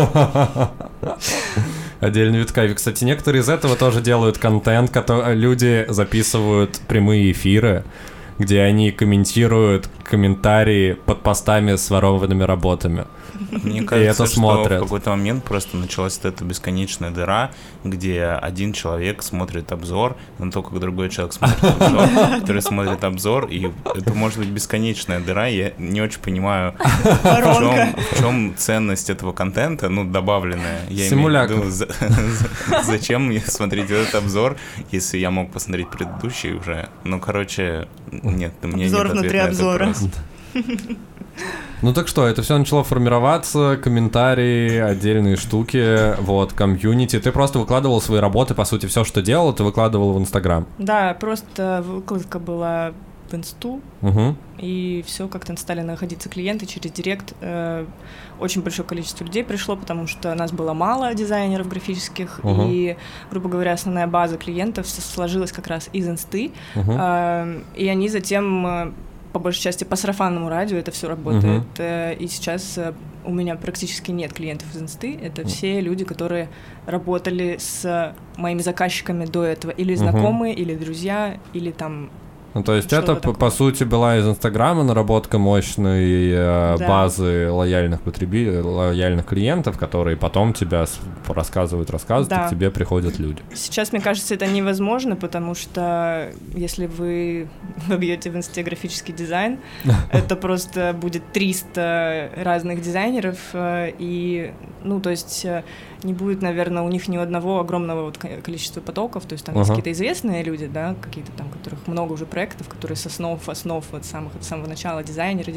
Отдельный вид кайфа. Кстати, некоторые из этого тоже делают контент, который люди записывают прямые эфиры, где они комментируют комментарии под постами с ворованными работами. Мне кажется, это что смотрят. В какой-то момент просто началась эта бесконечная дыра, где один человек смотрит обзор на то, как другой человек смотрит обзор, который смотрит обзор, и это может быть бесконечная дыра. Я не очень понимаю, в чем ценность этого контента, ну, добавленная. Я имею в виду, зачем мне смотреть этот обзор, если я мог посмотреть предыдущий уже. Ну, короче, нет, у меня нет ответа внутри на этот обзора. вопрос. Ну так что, это все начало формироваться, комментарии, отдельные штуки, вот, комьюнити. Ты просто выкладывал свои работы, по сути, все, что делал, ты выкладывал в Инстаграм. Да, просто выкладка была в Инсту, и все, как-то стали находиться клиенты через Директ. Очень большое количество людей пришло, потому что нас было мало дизайнеров графических, и, грубо говоря, основная база клиентов сложилась как раз из Инсты, и они затем... по большей части по сарафанному радио это все работает. И сейчас у меня практически нет клиентов из Инсты. Это все люди, которые работали с моими заказчиками до этого. Или знакомые, или друзья, или там... Ну, то есть это, по сути, была из Инстаграма наработка мощной базы лояльных лояльных клиентов, которые потом тебя рассказывают, и к тебе приходят люди. Сейчас, мне кажется, это невозможно, потому что если вы вобьете в Инсте графический дизайн, это просто будет 300 разных дизайнеров, и, ну, то есть... не будет, наверное, у них ни одного огромного вот количества потоков, то есть там есть какие-то известные люди, да, какие-то там, которых много уже проектов, которые с основ вот от самого начала дизайнеры.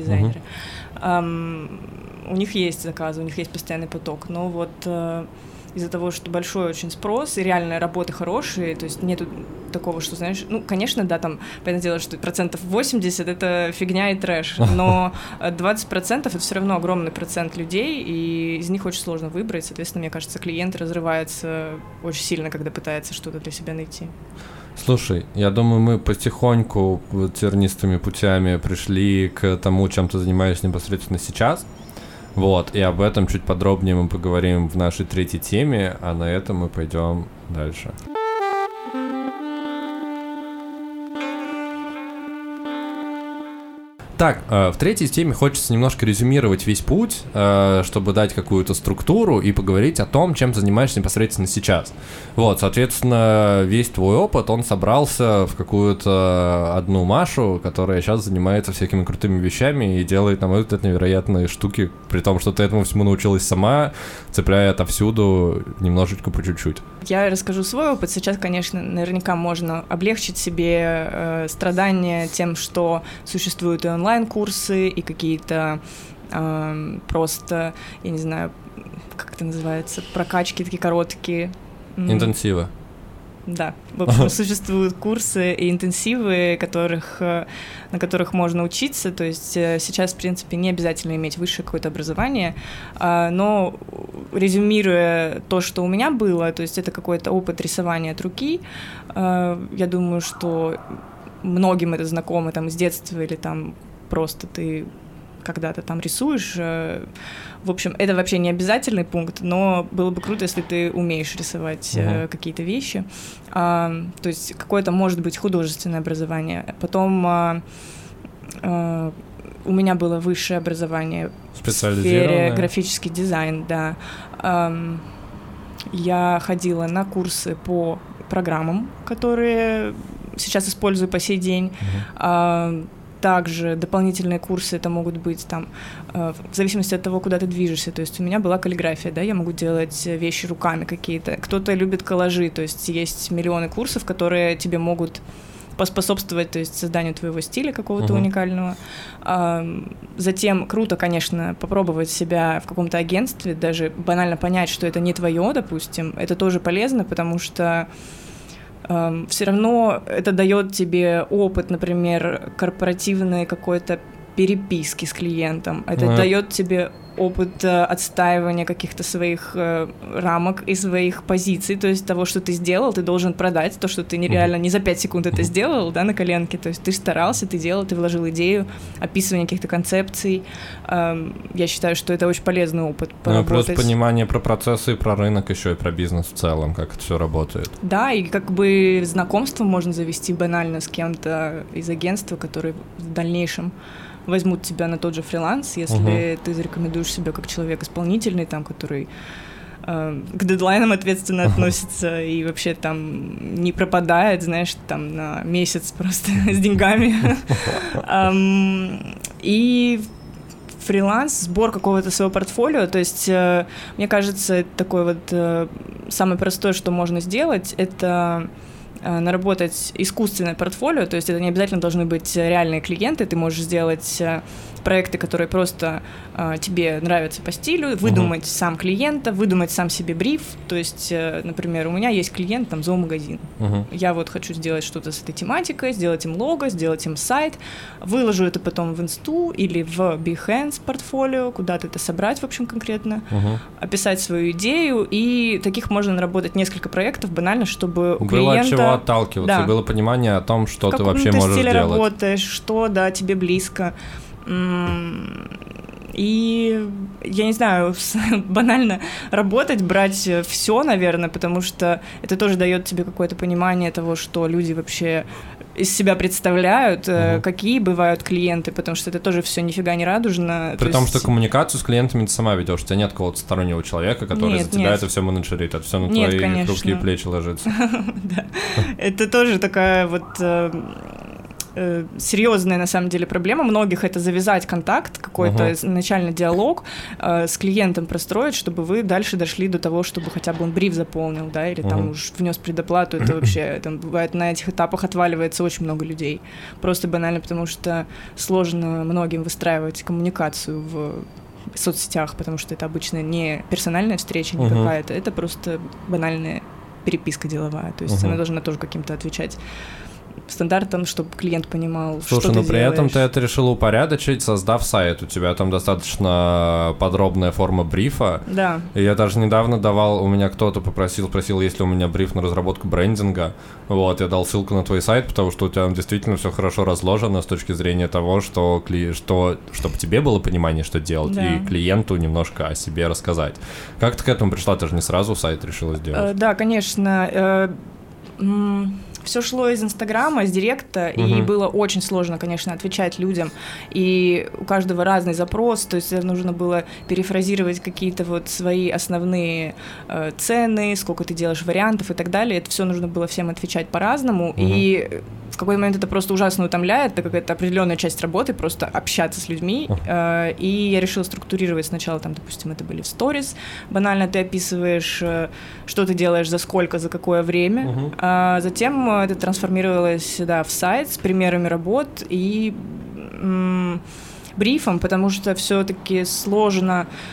У них есть заказы, у них есть постоянный поток, но вот из-за того, что большой очень спрос и реальные работы хорошие, то есть нету такого, что, знаешь, ну, конечно, да, там, понятное дело, что 80% это фигня и трэш, но 20% это все равно огромный процент людей, и из них очень сложно выбрать, соответственно, мне кажется, клиент разрывается очень сильно, когда пытается что-то для себя найти. Слушай, я думаю, мы потихоньку тернистыми путями пришли к тому, чем ты занимаешься непосредственно сейчас. Вот, и об этом чуть подробнее мы поговорим в нашей 3-й теме, а на этом мы пойдем дальше. Так, в 3-й теме хочется немножко резюмировать весь путь, чтобы дать какую-то структуру и поговорить о том, чем занимаешься непосредственно сейчас. Вот, соответственно, весь твой опыт, он собрался в какую-то одну Машу, которая сейчас занимается всякими крутыми вещами и делает, на мой взгляд, невероятные штуки, при том, что ты этому всему научилась сама, цепляя отовсюду немножечко по чуть-чуть. Я расскажу свой опыт. Сейчас, конечно, наверняка можно облегчить себе страдания тем, что существуют и онлайн-курсы, и какие-то просто, я не знаю, как это называется, прокачки такие короткие. Интенсивы. Да, в общем, существуют курсы и интенсивы, на которых можно учиться, то есть сейчас, в принципе, не обязательно иметь высшее какое-то образование, но резюмируя то, что у меня было, то есть это какой-то опыт рисования от руки, я думаю, что многим это знакомо там с детства или там просто ты когда-то там рисуешь. В общем, это вообще не обязательный пункт, но было бы круто, если ты умеешь рисовать какие-то вещи. То есть какое-то, может быть, художественное образование. Потом у меня было высшее образование в сфере графический дизайн, да. Я ходила на курсы по программам, которые сейчас использую по сей день. Также дополнительные курсы это могут быть там в зависимости от того, куда ты движешься. То есть у меня была каллиграфия, да, я могу делать вещи руками какие-то. Кто-то любит коллажи, то есть миллионы курсов, которые тебе могут поспособствовать, то есть созданию твоего стиля какого-то уникального. Затем круто, конечно, попробовать себя в каком-то агентстве, даже банально понять, что это не твое, допустим, это тоже полезно, потому что все равно это дает тебе опыт, например, корпоративной какой-то переписки с клиентом. Это дает тебе опыт отстаивания каких-то своих рамок и своих позиций, то есть того, что ты сделал, ты должен продать, то, что ты нереально не за 5 секунд это сделал, да, на коленке, то есть ты старался, ты делал, ты вложил идею, описывание каких-то концепций. Я считаю, что это очень полезный опыт поработать. Плюс понимание про процессы и про рынок еще и про бизнес в целом, как это все работает. Да, и как бы знакомство можно завести банально с кем-то из агентства, который в дальнейшем возьмут тебя на тот же фриланс, если ты зарекомендуешь себя как человек исполнительный, там, который к дедлайнам ответственно относится и вообще там не пропадает, знаешь, там на месяц просто с деньгами. И фриланс, сбор какого-то своего портфолио, то есть, мне кажется, такое вот самое простое, что можно сделать, это наработать искусственное портфолио, то есть это не обязательно должны быть реальные клиенты, ты можешь сделать проекты, которые просто тебе нравятся по стилю, выдумать сам клиента, выдумать сам себе бриф, то есть, например, у меня есть клиент, там, зоомагазин, я вот хочу сделать что-то с этой тематикой, сделать им лого, сделать им сайт, выложу это потом в Инсту или в Behance портфолио, куда-то это собрать, в общем, конкретно, описать свою идею, и таких можно наработать несколько проектов, банально, чтобы у клиента... Было от чего отталкиваться, было понимание о том, что ты вообще можешь делать. В каком ты стиле работаешь, что, да, тебе близко. И, я не знаю, банально работать, брать все, наверное, потому что это тоже дает тебе какое-то понимание того, что люди вообще из себя представляют, какие бывают клиенты, потому что это тоже все нифига не радужно. При том, что коммуникацию с клиентами ты сама ведешь, у тебя нет какого-то стороннего человека, который за тебя это все менеджерит, это все на твои руки и плечи ложится. Да, это тоже такая вот... серьезная, на самом деле, проблема многих — это завязать контакт, какой-то начальный диалог с клиентом простроить, чтобы вы дальше дошли до того, чтобы хотя бы он бриф заполнил, да, или там уж внес предоплату. Это вообще, там бывает, на этих этапах отваливается очень много людей. Просто банально потому, что сложно многим выстраивать коммуникацию в соцсетях, потому что это обычно не персональная встреча, не какая-то, это просто банальная переписка деловая, то есть она должна тоже каким-то отвечать стандартам, чтобы клиент понимал, что ты делаешь. Слушай, но при этом ты это решила упорядочить, создав сайт. У тебя там достаточно подробная форма брифа. Да. И я даже недавно давал, у меня кто-то спросил, есть ли у меня бриф на разработку брендинга. Вот, я дал ссылку на твой сайт, потому что у тебя действительно все хорошо разложено с точки зрения того, что чтобы тебе было понимание, что делать, и клиенту немножко о себе рассказать. Как ты к этому пришла? Ты же не сразу сайт решила сделать. Да, конечно. Все шло из Инстаграма, из Директа, и было очень сложно, конечно, отвечать людям, и у каждого разный запрос, то есть нужно было перефразировать какие-то вот свои основные цены, сколько ты делаешь вариантов и так далее, это все нужно было всем отвечать по-разному, и в какой-то момент это просто ужасно утомляет, так как это определенная часть работы, просто общаться с людьми, и я решила структурировать сначала, там, допустим, это были в сторис, банально ты описываешь, что ты делаешь, за сколько, за какое время, а затем это трансформировалось, да, в сайт с примерами работ и брифом, потому что все-таки сложно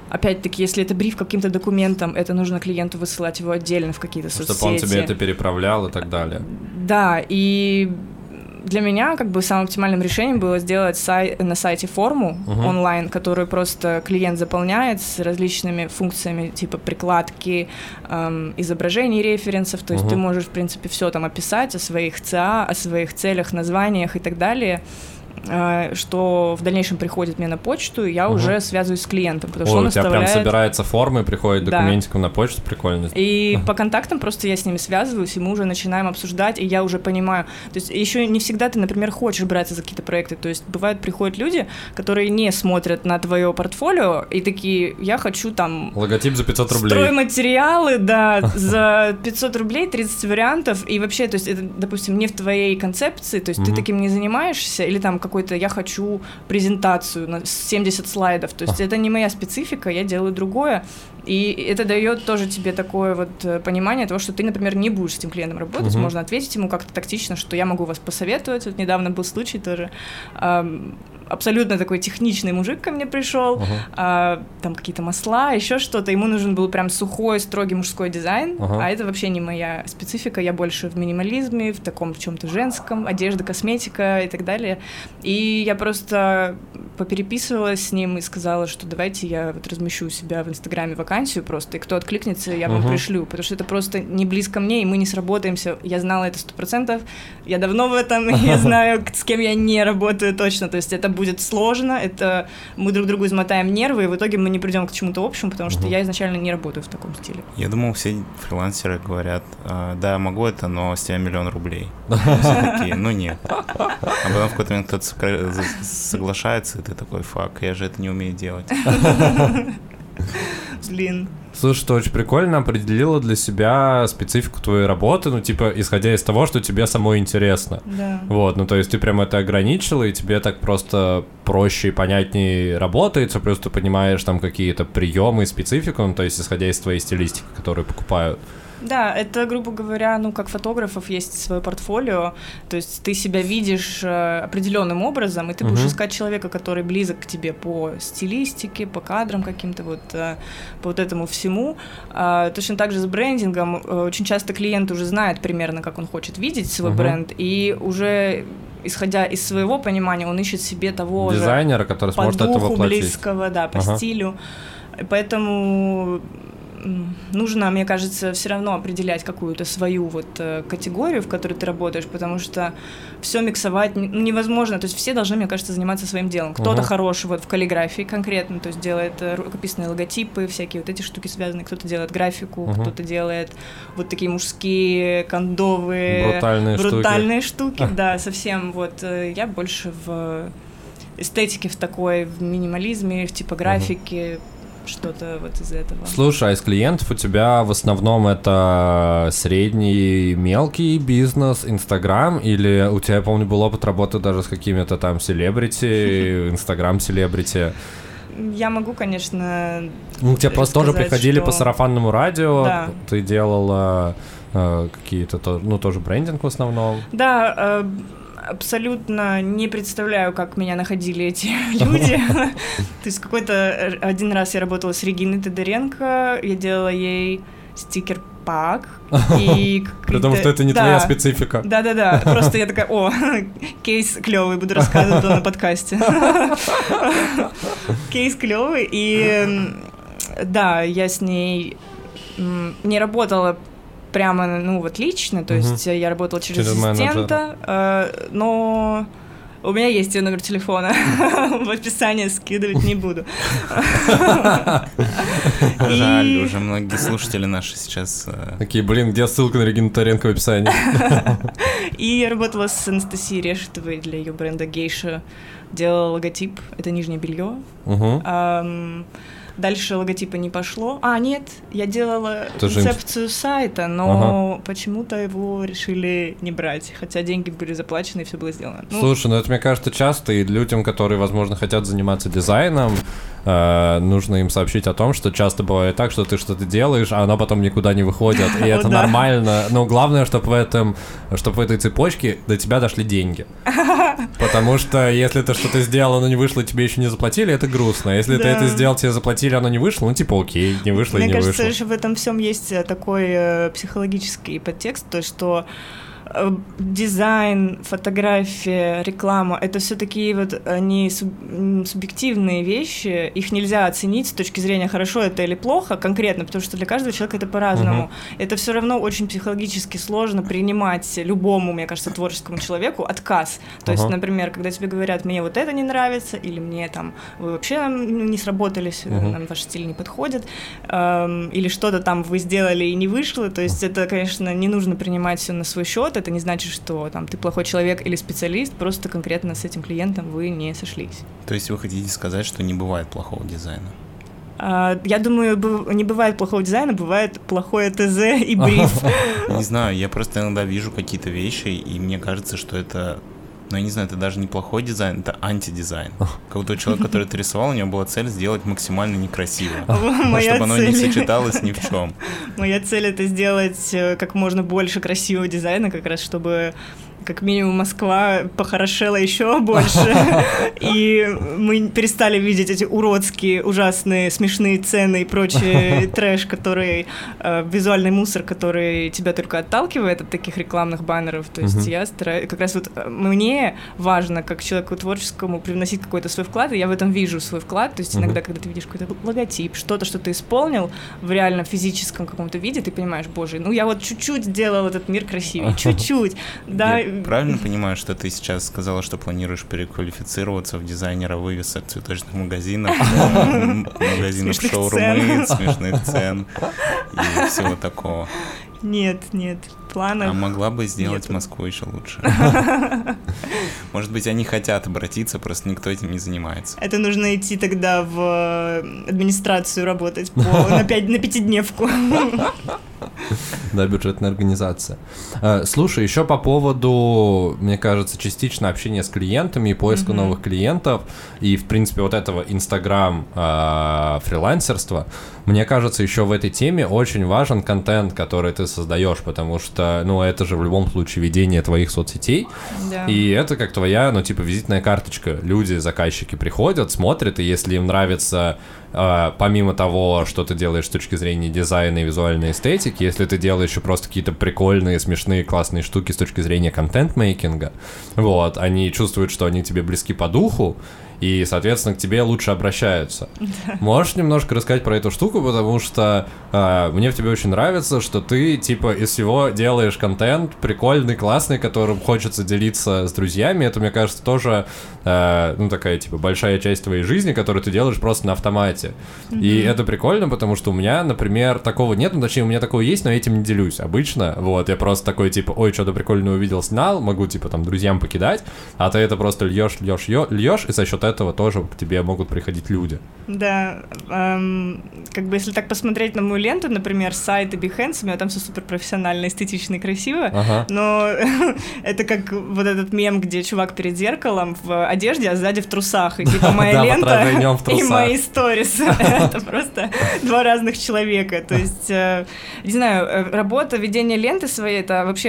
опять-таки, если это бриф каким-то документом, это нужно клиенту высылать его отдельно в какие-то соцсети. Чтобы он тебе это переправлял и так далее. Да, и для меня как бы самым оптимальным решением было сделать на сайте форму онлайн, которую просто клиент заполняет с различными функциями типа прикладки, изображений референсов, то есть ты можешь, в принципе, все там описать о своих ЦА, о своих целях, названиях и так далее, что в дальнейшем приходит мне на почту, и я уже связываюсь с клиентом, потому что он оставляет... у тебя прям собирается форма и приходит документиком на почту, прикольно. И по контактам просто я с ними связываюсь, и мы уже начинаем обсуждать, и я уже понимаю, то есть еще не всегда ты, например, хочешь браться за какие-то проекты, то есть бывает, приходят люди, которые не смотрят на твое портфолио, и такие, я хочу там... Логотип за 500 рублей. Стройматериалы, да, за 500 рублей, 30 вариантов, и вообще, то есть это, допустим, не в твоей концепции, то есть ты таким не занимаешься, или там какой-то я хочу презентацию на 70 слайдов, то есть это не моя специфика, я делаю другое, и это дает тоже тебе такое вот понимание того, что ты, например, не будешь с этим клиентом работать, можно ответить ему как-то тактично, что я могу вас посоветовать, вот недавно был случай тоже, абсолютно такой техничный мужик ко мне пришел, там какие-то масла, еще что-то, ему нужен был прям сухой, строгий мужской дизайн, а это вообще не моя специфика, я больше в минимализме, в таком в чем-то женском, одежда, косметика и так далее, и я просто попереписывалась с ним и сказала, что давайте я вот размещу у себя в Инстаграме вакансию просто, и кто откликнется, я вам пришлю, потому что это просто не близко мне, и мы не сработаемся, я знала это 100%, я давно в этом, я знаю, с кем я не работаю точно, то есть это будет сложно, это мы друг другу измотаем нервы, и в итоге мы не придем к чему-то общему, потому что я изначально не работаю в таком стиле. Я думал, все фрилансеры говорят, да, могу это, но с тебя 1 000 000 рублей. Все такие, ну нет. А потом в какой-то момент кто-то соглашается, и ты такой, фак, я же это не умею делать. Блин. Слушай, ты очень прикольно определила для себя специфику твоей работы, ну, типа, исходя из того, что тебе самой интересно. Да. Вот, ну, то есть ты прям это ограничила, и тебе так просто проще и понятнее работается, плюс ты понимаешь там какие-то приемы и специфику, ну, то есть исходя из твоей стилистики, которую покупают. Да, это, грубо говоря, ну, как фотографов есть свое портфолио, то есть ты себя видишь определенным образом, и ты будешь искать человека, который близок к тебе по стилистике, по кадрам каким-то, вот по вот этому всему. Точно так же с брендингом. Очень часто клиент уже знает примерно, как он хочет видеть свой бренд, и уже исходя из своего понимания, он ищет себе того дизайнера, же который сможет это воплотить. По духу близкого, да, по стилю. Поэтому нужно, мне кажется, все равно определять какую-то свою вот категорию, в которой ты работаешь, потому что все миксовать невозможно. То есть все должны, мне кажется, заниматься своим делом. Кто-то хороший вот в каллиграфии конкретно, то есть делает рукописные логотипы, всякие вот эти штуки связанные. Кто-то делает графику, кто-то делает вот такие мужские, кондовые, брутальные штуки. Да, совсем вот. Я больше в эстетике, в такой, в минимализме, в типографике, что-то вот из этого. Слушай, а из клиентов у тебя в основном это средний, мелкий бизнес, Инстаграм, или у тебя, я помню, был опыт работы даже с какими-то там селебрити, Инстаграм-селебрити? Я могу, конечно, ну, к тебе просто тоже приходили по сарафанному радио, да. Ты делала какие-то, ну, тоже брендинг в основном. Да, абсолютно не представляю, как меня находили эти люди. То есть какой-то один раз я работала с Региной Тодоренко, я делала ей стикер-пак. При том, что это не твоя специфика. Да-да-да, просто я такая, кейс клевый, буду рассказывать на подкасте. Кейс клевый, и да, я с ней не работала прямо, ну, вот лично, то есть я работала через ассистента, но у меня есть ее номер телефона, в описании скидывать не буду. Жаль, уже многие слушатели наши сейчас... Такие, блин, где ссылка на Регину Тодоренко в описании? И я работала с Анастасией Решетовой для ее бренда Гейша, делала логотип, это нижнее белье. Дальше логотипа не пошло. Нет, я делала концепцию сайта, но почему-то его решили не брать, хотя деньги были заплачены и все было сделано. Слушай, ну это, мне кажется, часто и людям, которые, возможно, хотят заниматься дизайном, нужно им сообщить о том, что часто бывает так, что ты что-то делаешь, а оно потом никуда не выходит, и это нормально. Но главное, чтобы в этой цепочке до тебя дошли деньги. Потому что если ты что-то сделал, но не вышло, тебе еще не заплатили, это грустно. Если ты это сделал, тебе заплатили, попросили, оно не вышло, ну типа окей, не вышло и не вышло. Мне кажется, в этом всем есть такой психологический подтекст, то, что дизайн, фотография, реклама — это все такие вот они субъективные вещи, их нельзя оценить с точки зрения хорошо это или плохо конкретно, потому что для каждого человека это по-разному. Это все равно очень психологически сложно принимать любому, мне кажется, творческому человеку отказ. То есть, например, когда тебе говорят, мне вот это не нравится, или мне там, вы вообще не сработались, нам ваш стиль не подходит, или что-то там вы сделали и не вышло, то есть это, конечно, не нужно принимать все на свой счет. Это не значит, что там ты плохой человек или специалист, просто конкретно с этим клиентом вы не сошлись. То есть вы хотите сказать, что не бывает плохого дизайна? Я думаю, не бывает плохого дизайна, бывает плохое ТЗ и бриф. Не знаю, я просто иногда вижу какие-то вещи, и мне кажется, что это... Ну, я не знаю, это даже не плохой дизайн, это антидизайн. Как будто человек, который это рисовал, у него была цель сделать максимально некрасиво, чтобы оно не сочеталось ни в чем. Моя цель — это сделать как можно больше красивого дизайна, как раз чтобы как минимум Москва похорошела еще больше, и мы перестали видеть эти уродские, ужасные, смешные цены и прочий трэш, который визуальный мусор, который тебя только отталкивает от таких рекламных баннеров. То есть я стараюсь, как раз вот мне важно, как человеку творческому, привносить какой-то свой вклад, и я в этом вижу свой вклад. То есть иногда, когда ты видишь какой-то логотип, что-то, что ты исполнил в реально физическом каком-то виде, ты понимаешь, боже, ну я вот чуть-чуть сделал этот мир красивее, чуть-чуть, да. Правильно понимаю, что ты сейчас сказала, что планируешь переквалифицироваться в дизайнера вывесок цветочных магазинов, магазинов шаурмы, смешных цен и всего такого? Нет, планов. А могла бы сделать Москву еще лучше. Может быть, они хотят обратиться, просто никто этим не занимается. Это нужно идти тогда в администрацию работать на пятидневку. Да, бюджетная организация. Слушай, еще по поводу, мне кажется, частично общения с клиентами и поиска новых клиентов, и, в принципе, вот этого инстаграм-фрилансерства, мне кажется, еще в этой теме очень важен контент, который ты создаешь, потому что, ну, это же в любом случае ведение твоих соцсетей, и это как твоя, ну, типа, визитная карточка. Люди, заказчики приходят, смотрят, и если им нравится, помимо того, что ты делаешь с точки зрения дизайна и визуальной эстетики, если ты делаешь еще просто какие-то прикольные, смешные, классные штуки с точки зрения контент-мейкинга, вот, они чувствуют, что они тебе близки по духу, и, соответственно, к тебе лучше обращаются. Можешь немножко рассказать про эту штуку, потому что мне в тебе очень нравится, что ты, типа, из всего делаешь контент прикольный, классный, которым хочется делиться с друзьями. Это, мне кажется, тоже, ну, такая, типа, большая часть твоей жизни, которую ты делаешь просто на автомате. И это прикольно, потому что у меня, например, такого нет, ну, точнее, у меня такое есть, но я этим не делюсь обычно. Вот, я просто такой, типа, ой, что-то прикольное увидел, снял, могу, типа, там, друзьям покидать, а ты это просто льешь, и за счет этого тоже к тебе могут приходить люди. Да, как бы если так посмотреть на мою ленту, например, сайт и Behance, у меня там все супер профессионально, эстетично и красиво, но это как вот этот мем, где чувак перед зеркалом в одежде, а сзади в трусах, и типа моя лента и мои сторис. Это просто два разных человека. То есть, не знаю, работа, ведение ленты своей, это вообще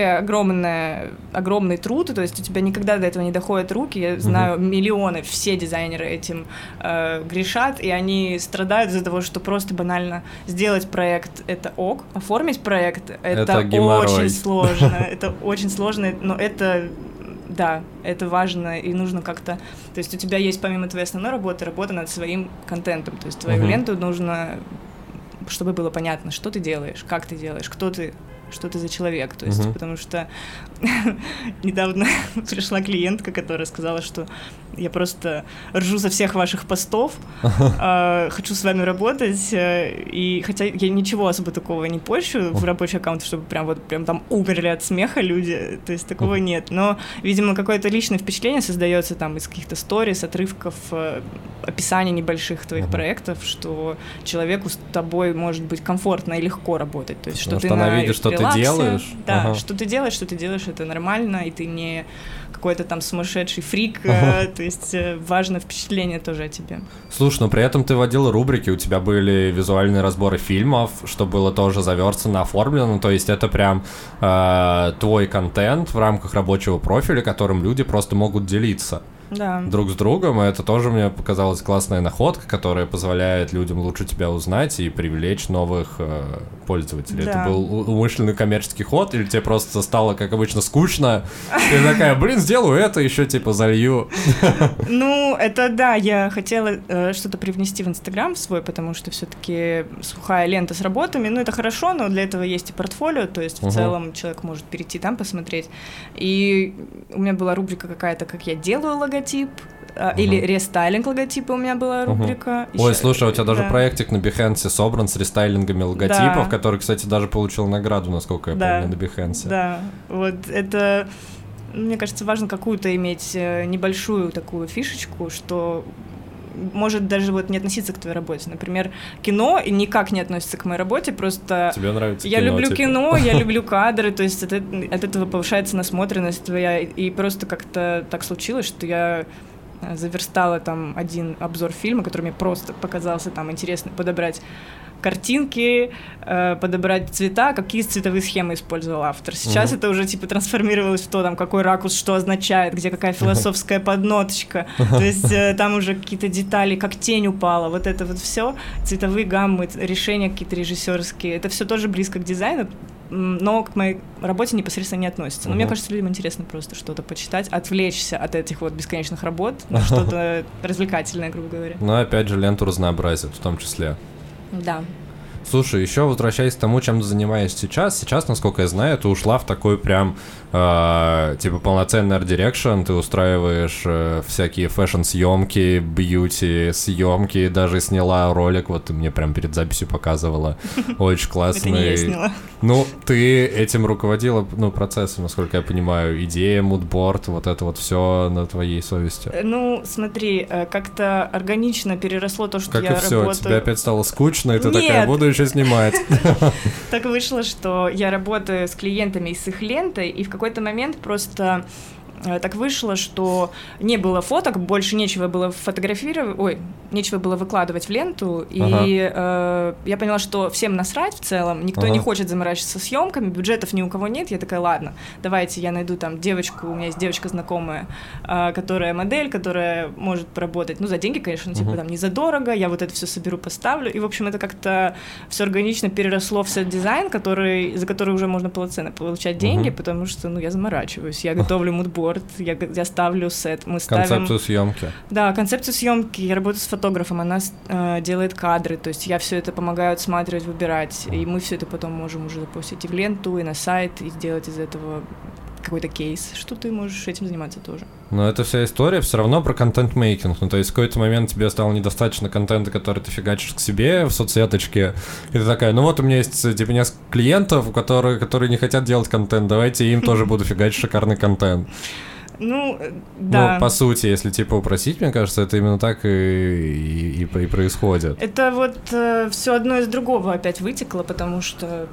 огромный труд, то есть у тебя никогда до этого не доходят руки, я знаю миллионы, все дизайнеры этим грешат, и они страдают из-за того, что просто банально сделать проект — это ок, оформить проект — это очень сложно, это очень сложно, но это, да, это важно, и нужно как-то, то есть у тебя есть помимо твоей основной работы, работа над своим контентом, то есть твою ленту нужно, чтобы было понятно, что ты делаешь, как ты делаешь, кто ты, что ты за человек, то есть, потому что недавно пришла клиентка, которая сказала, что я просто ржу со всех ваших постов, хочу с вами работать, и хотя я ничего особо такого не пощу в рабочий аккаунт, чтобы прям там умерли от смеха люди, то есть такого нет, но, видимо, какое-то личное впечатление создается там из каких-то сторис, отрывков, описаний небольших твоих проектов, что человеку с тобой может быть комфортно и легко работать, то есть, что ты она видит, что ты делаешь. Да, что ты делаешь, это нормально, и ты не какой-то там сумасшедший фрик, то есть важно впечатление тоже о тебе. Слушай, но при этом ты водила рубрики, у тебя были визуальные разборы фильмов, что было тоже заверстано, оформлено, то есть это прям твой контент в рамках рабочего профиля, которым люди просто могут делиться. друг с другом, и это тоже мне показалась классная находка, которая позволяет людям лучше тебя узнать и привлечь новых пользователей. Да. Это был умышленный коммерческий ход, или тебе просто стало, как обычно, скучно, ты такая, сделаю это, еще типа залью. Ну, это да, я хотела что-то привнести в Инстаграм свой, потому что все-таки сухая лента с работами, ну, это хорошо, но для этого есть и портфолио, то есть в целом человек может перейти там посмотреть. И у меня была рубрика какая-то, как я делаю логотип, или рестайлинг логотипа у меня была рубрика. Ой, слушай, у тебя даже проектик на Behance собран с рестайлингами логотипов, Да. который, кстати, даже получил награду, насколько я помню, на Behance. Да, вот это, мне кажется, важно какую-то иметь небольшую такую фишечку, что может даже вот не относиться к твоей работе. Например, кино никак не относится к моей работе, просто... Тебе нравится я кино, люблю типа. кино, я люблю кадры, то есть от этого повышается насмотренность твоя, и просто как-то так случилось, что я заверстала там один обзор фильма, который мне просто показался там интересно подобрать картинки, подобрать цвета, какие цветовые схемы использовал автор. Сейчас это уже типа трансформировалось в то, там, какой ракурс что означает, где какая философская подноточка. То есть там уже какие-то детали, как тень упала, вот это вот все, цветовые гаммы, решения какие-то режиссерские. Это все тоже близко к дизайну, но к моей работе непосредственно не относится. Но мне кажется, людям интересно просто что-то почитать, отвлечься от этих вот бесконечных работ на что-то развлекательное, грубо говоря. Но опять же ленту разнообразит в том числе. Да. Слушай, еще возвращаясь к тому, чем ты занимаешься сейчас, насколько я знаю, ты ушла в такой прям, типа, полноценный арт-дирекшн, ты устраиваешь всякие фэшн-съемки, бьюти-съемки, даже сняла ролик, вот ты мне прям перед записью показывала, очень классный. Это не я сняла. Ну, ты этим руководила, ну, процессом, насколько я понимаю, идея, мудборд, вот это вот все на твоей совести. Ну, смотри, как-то органично переросло то, что Как я и все, работаю... тебе опять стало скучно, и ты Нет. такая, буду еще снимать. Так вышло, что я работаю с клиентами и с их лентой, и в какой-то момент просто так вышло, что не было фоток, больше нечего было фотографировать, нечего было выкладывать в ленту, и я поняла, что всем насрать в целом, никто не хочет заморачиваться съемками, бюджетов ни у кого нет, я такая, ладно, давайте я найду там девочку, у меня есть девочка знакомая, которая модель, которая может поработать, ну, за деньги, конечно, типа там не задорого, я вот это все соберу, поставлю, и, в общем, это как-то все органично переросло в сет-дизайн, за который уже можно полноценно получать деньги, потому что, ну, я заморачиваюсь, я готовлю мудборд, я ставлю сет, мы ставим... Концепцию съемки. Да, концепцию съемки, я работаю с фотографом, она делает кадры, то есть я все это помогаю отсматривать, выбирать, и мы все это потом можем уже запустить и в ленту, и на сайт, и сделать из этого какой-то кейс, что ты можешь этим заниматься тоже. Но эта вся история все равно про контент-мейкинг. Ну, то есть в какой-то момент тебе стало недостаточно контента, который ты фигачишь к себе в соцсеточке, и ты такая, ну вот у меня есть типа несколько клиентов, которые не хотят делать контент, давайте им тоже буду фигачить шикарный контент. Ну, да. Ну, по сути, если типа упросить, мне кажется, это именно так и происходит. Это вот все одно из другого опять вытекло, потому что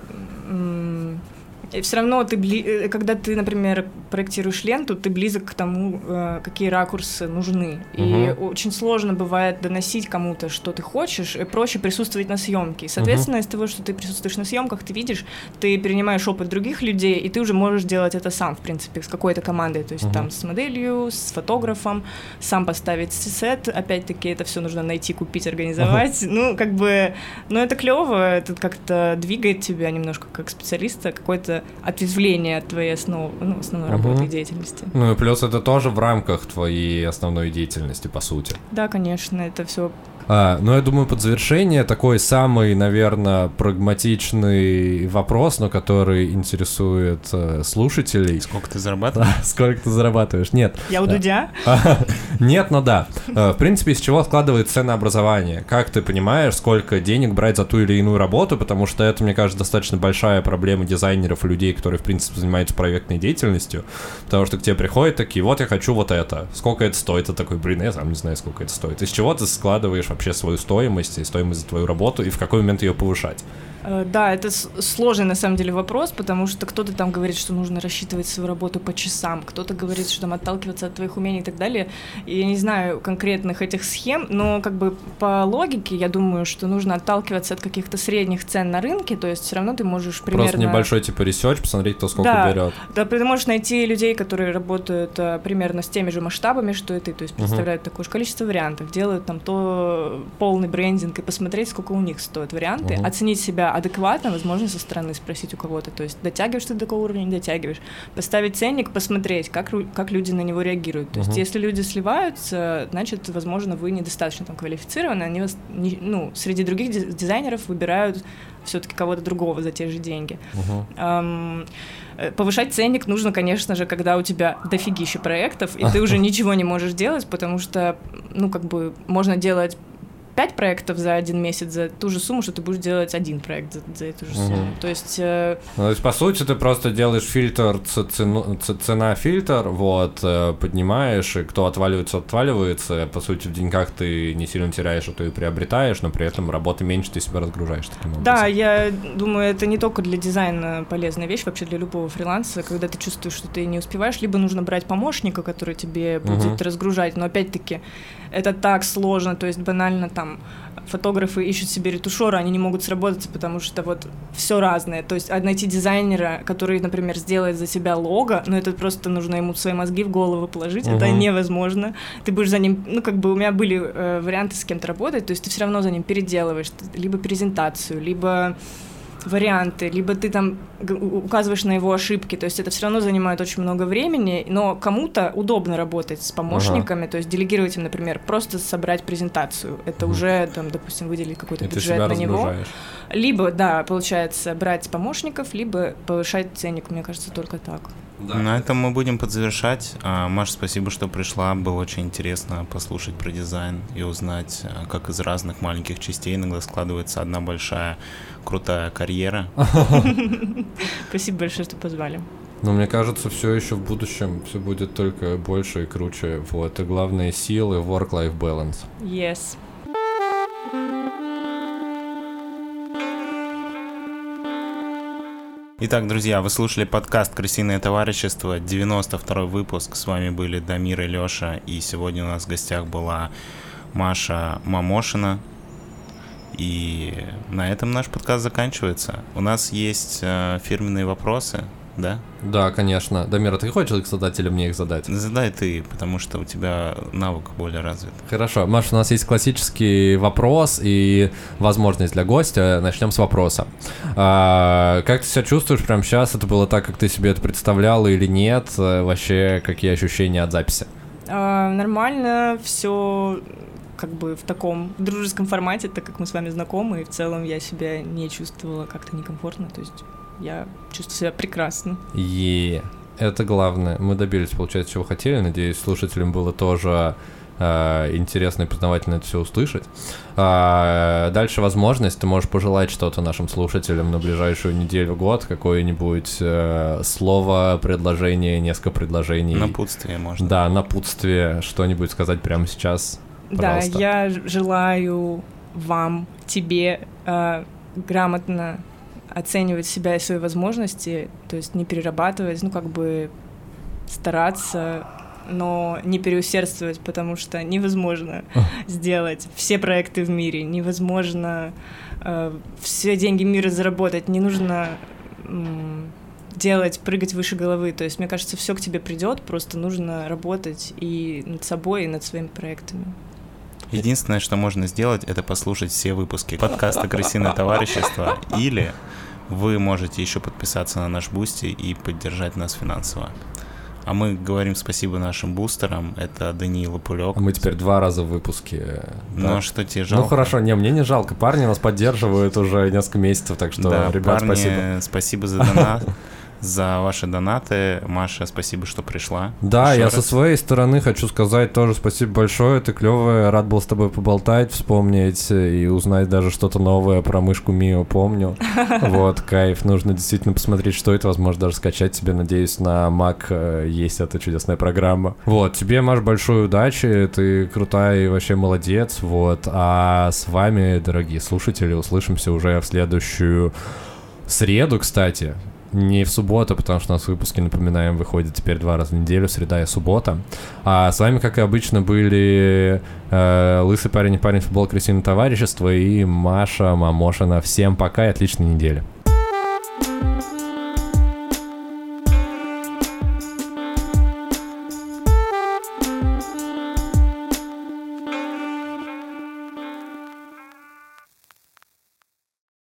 все равно когда ты, например, проектируешь ленту, ты близок к тому, какие ракурсы нужны. И очень сложно бывает доносить кому-то, что ты хочешь, и проще присутствовать на съемке. И, соответственно, из того, что ты присутствуешь на съемках, ты видишь, ты перенимаешь опыт других людей, и ты уже можешь делать это сам, в принципе, с какой-то командой. То есть там с моделью, с фотографом, сам поставить сет. Опять-таки, это все нужно найти, купить, организовать. Ну, как бы, ну, это клево, это как-то двигает тебя немножко как специалиста, какое-то ответвление от твоей основной работы и деятельности. Ну и плюс это тоже в рамках твоей основной деятельности, по сути. Да, конечно, это все. Ну, я думаю, под завершение такой самый, наверное, прагматичный вопрос, но который интересует слушателей. Сколько ты зарабатываешь? Сколько ты зарабатываешь? Нет. Я у Дудя? Нет, но да. В принципе, из чего складывается ценообразование? Как ты понимаешь, сколько денег брать за ту или иную работу? Потому что это, мне кажется, достаточно большая проблема дизайнеров и людей, которые, в принципе, занимаются проектной деятельностью. Потому что к тебе приходят такие, вот я хочу вот это. Сколько это стоит? Ты такой, блин, я сам не знаю, сколько это стоит. Из чего ты складываешь вообще свою стоимость и стоимость за твою работу, и в какой момент ее повышать? Да, это сложный на самом деле вопрос, потому что кто-то там говорит, что нужно рассчитывать свою работу по часам, кто-то говорит, что там отталкиваться от твоих умений и так далее. И я не знаю конкретных этих схем, но как бы по логике я думаю, что нужно отталкиваться от каких-то средних цен на рынке, то есть все равно ты можешь примерно... Просто небольшой типа ресерч, посмотреть, кто сколько берет. Да, ты можешь найти людей, которые работают примерно с теми же масштабами, что и ты, то есть представляют такое же количество вариантов, делают там то полный брендинг, и посмотреть, сколько у них стоят варианты, оценить себя адекватно, возможно, со стороны спросить у кого-то, то есть дотягиваешь ты до какого уровня, не дотягиваешь, поставить ценник, посмотреть, как люди на него реагируют, то есть если люди сливаются, значит, возможно, вы недостаточно там квалифицированы, они вас, среди других дизайнеров выбирают все-таки кого-то другого за те же деньги. Повышать ценник нужно, конечно же, когда у тебя дофигища проектов, и ты уже ничего не можешь делать, потому что, можно делать 5 проектов за 1 месяц за ту же сумму, что ты будешь делать 1 проект за эту же сумму. То есть... то есть, по сути, ты просто делаешь фильтр, цена-фильтр, поднимаешь, и кто отваливается. По сути, в деньгах ты не сильно теряешь, а то и приобретаешь, но при этом работы меньше, ты себя разгружаешь таким образом. Да, я думаю, это не только для дизайна полезная вещь, вообще для любого фриланса, когда ты чувствуешь, что ты не успеваешь, либо нужно брать помощника, который тебе будет разгружать, но опять-таки это так сложно, то есть банально там фотографы ищут себе ретушера, они не могут сработаться, потому что все разное. То есть найти дизайнера, который, например, сделает за себя лого, но это просто нужно ему свои мозги в голову положить, это невозможно. Ты будешь за ним, у меня были варианты с кем-то работать, то есть ты все равно за ним переделываешь либо презентацию, либо варианты, либо ты там указываешь на его ошибки, то есть это все равно занимает очень много времени, но кому-то удобно работать с помощниками, то есть делегировать им, например, просто собрать презентацию, это уже, там, допустим, выделить какой-то бюджет на него. Либо, получается, брать помощников, либо повышать ценник, мне кажется, только так. Да. На этом мы будем подзавершать. Маша, спасибо, что пришла. Было очень интересно послушать про дизайн и узнать, как из разных маленьких частей иногда складывается одна большая крутая карьера. Спасибо большое, что позвали. Мне кажется, все еще в будущем все будет только больше и круче. И главное, силы, work-life balance. Yes. Итак, друзья, вы слушали подкаст «Крысиное товарищество», 92-й выпуск. С вами были Дамир и Лёша, и сегодня у нас в гостях была Маша Мамошина. И на этом наш подкаст заканчивается. У нас есть фирменные вопросы, да? Да, конечно. Дамир, а ты хочешь их задать или мне их задать? Задай ты, потому что у тебя навык более развит. Хорошо. Маша, у нас есть классический вопрос и возможность для гостя. Начнем с вопроса. Как ты себя чувствуешь прямо сейчас? Это было так, как ты себе это представляла или нет? Вообще, какие ощущения от записи? Нормально, все в таком дружеском формате, так как мы с вами знакомы, и в целом я себя не чувствовала как-то некомфортно, то есть я чувствую себя прекрасно. Это главное. Мы добились, получается, чего хотели. Надеюсь, слушателям было тоже интересно и познавательно это все услышать. Дальше возможность. Ты можешь пожелать что-то нашим слушателям на ближайшую неделю-год, какое-нибудь слово, предложение, несколько предложений. Напутствие можно. Да, напутствие. Что-нибудь сказать прямо сейчас. Пожалуйста. Да, я желаю вам, тебе грамотно оценивать себя и свои возможности, то есть не перерабатывать, стараться, но не переусердствовать, потому что невозможно сделать все проекты в мире, невозможно все деньги мира заработать, не нужно прыгать выше головы, то есть, мне кажется, все к тебе придет, просто нужно работать и над собой, и над своими проектами. Единственное, что можно сделать, это послушать все выпуски подкаста «Крысиное товарищество», или вы можете еще подписаться на наш Бусти и поддержать нас финансово. А мы говорим спасибо нашим бустерам. Это Даниил и Пулек. Мы теперь 2 раза в выпуске. Ну, что тебе жалко? Ну, хорошо, мне не жалко. Парни нас поддерживают уже несколько месяцев, так что, да, ребят, парни, спасибо за донат. За ваши донаты. Маша, спасибо, что пришла. Да, еще я раз. Со своей стороны хочу сказать тоже спасибо большое. Ты клевая, рад был с тобой поболтать, вспомнить и узнать даже что-то новое про мышку Мио, помню. Кайф. Нужно действительно посмотреть, что это, возможно, даже скачать себе. Надеюсь, на Mac есть эта чудесная программа. Тебе, Маш, большой удачи. Ты крутая и вообще молодец. А с вами, дорогие слушатели, услышимся уже в следующую среду, кстати. Не в субботу, потому что у нас выпуски, напоминаем, выходят теперь 2 раза в неделю, среда и суббота. А с вами, как и обычно, были Лысый парень и парень футбол «Крысиное товарищество» и Маша Мамошина. Всем пока и отличной недели.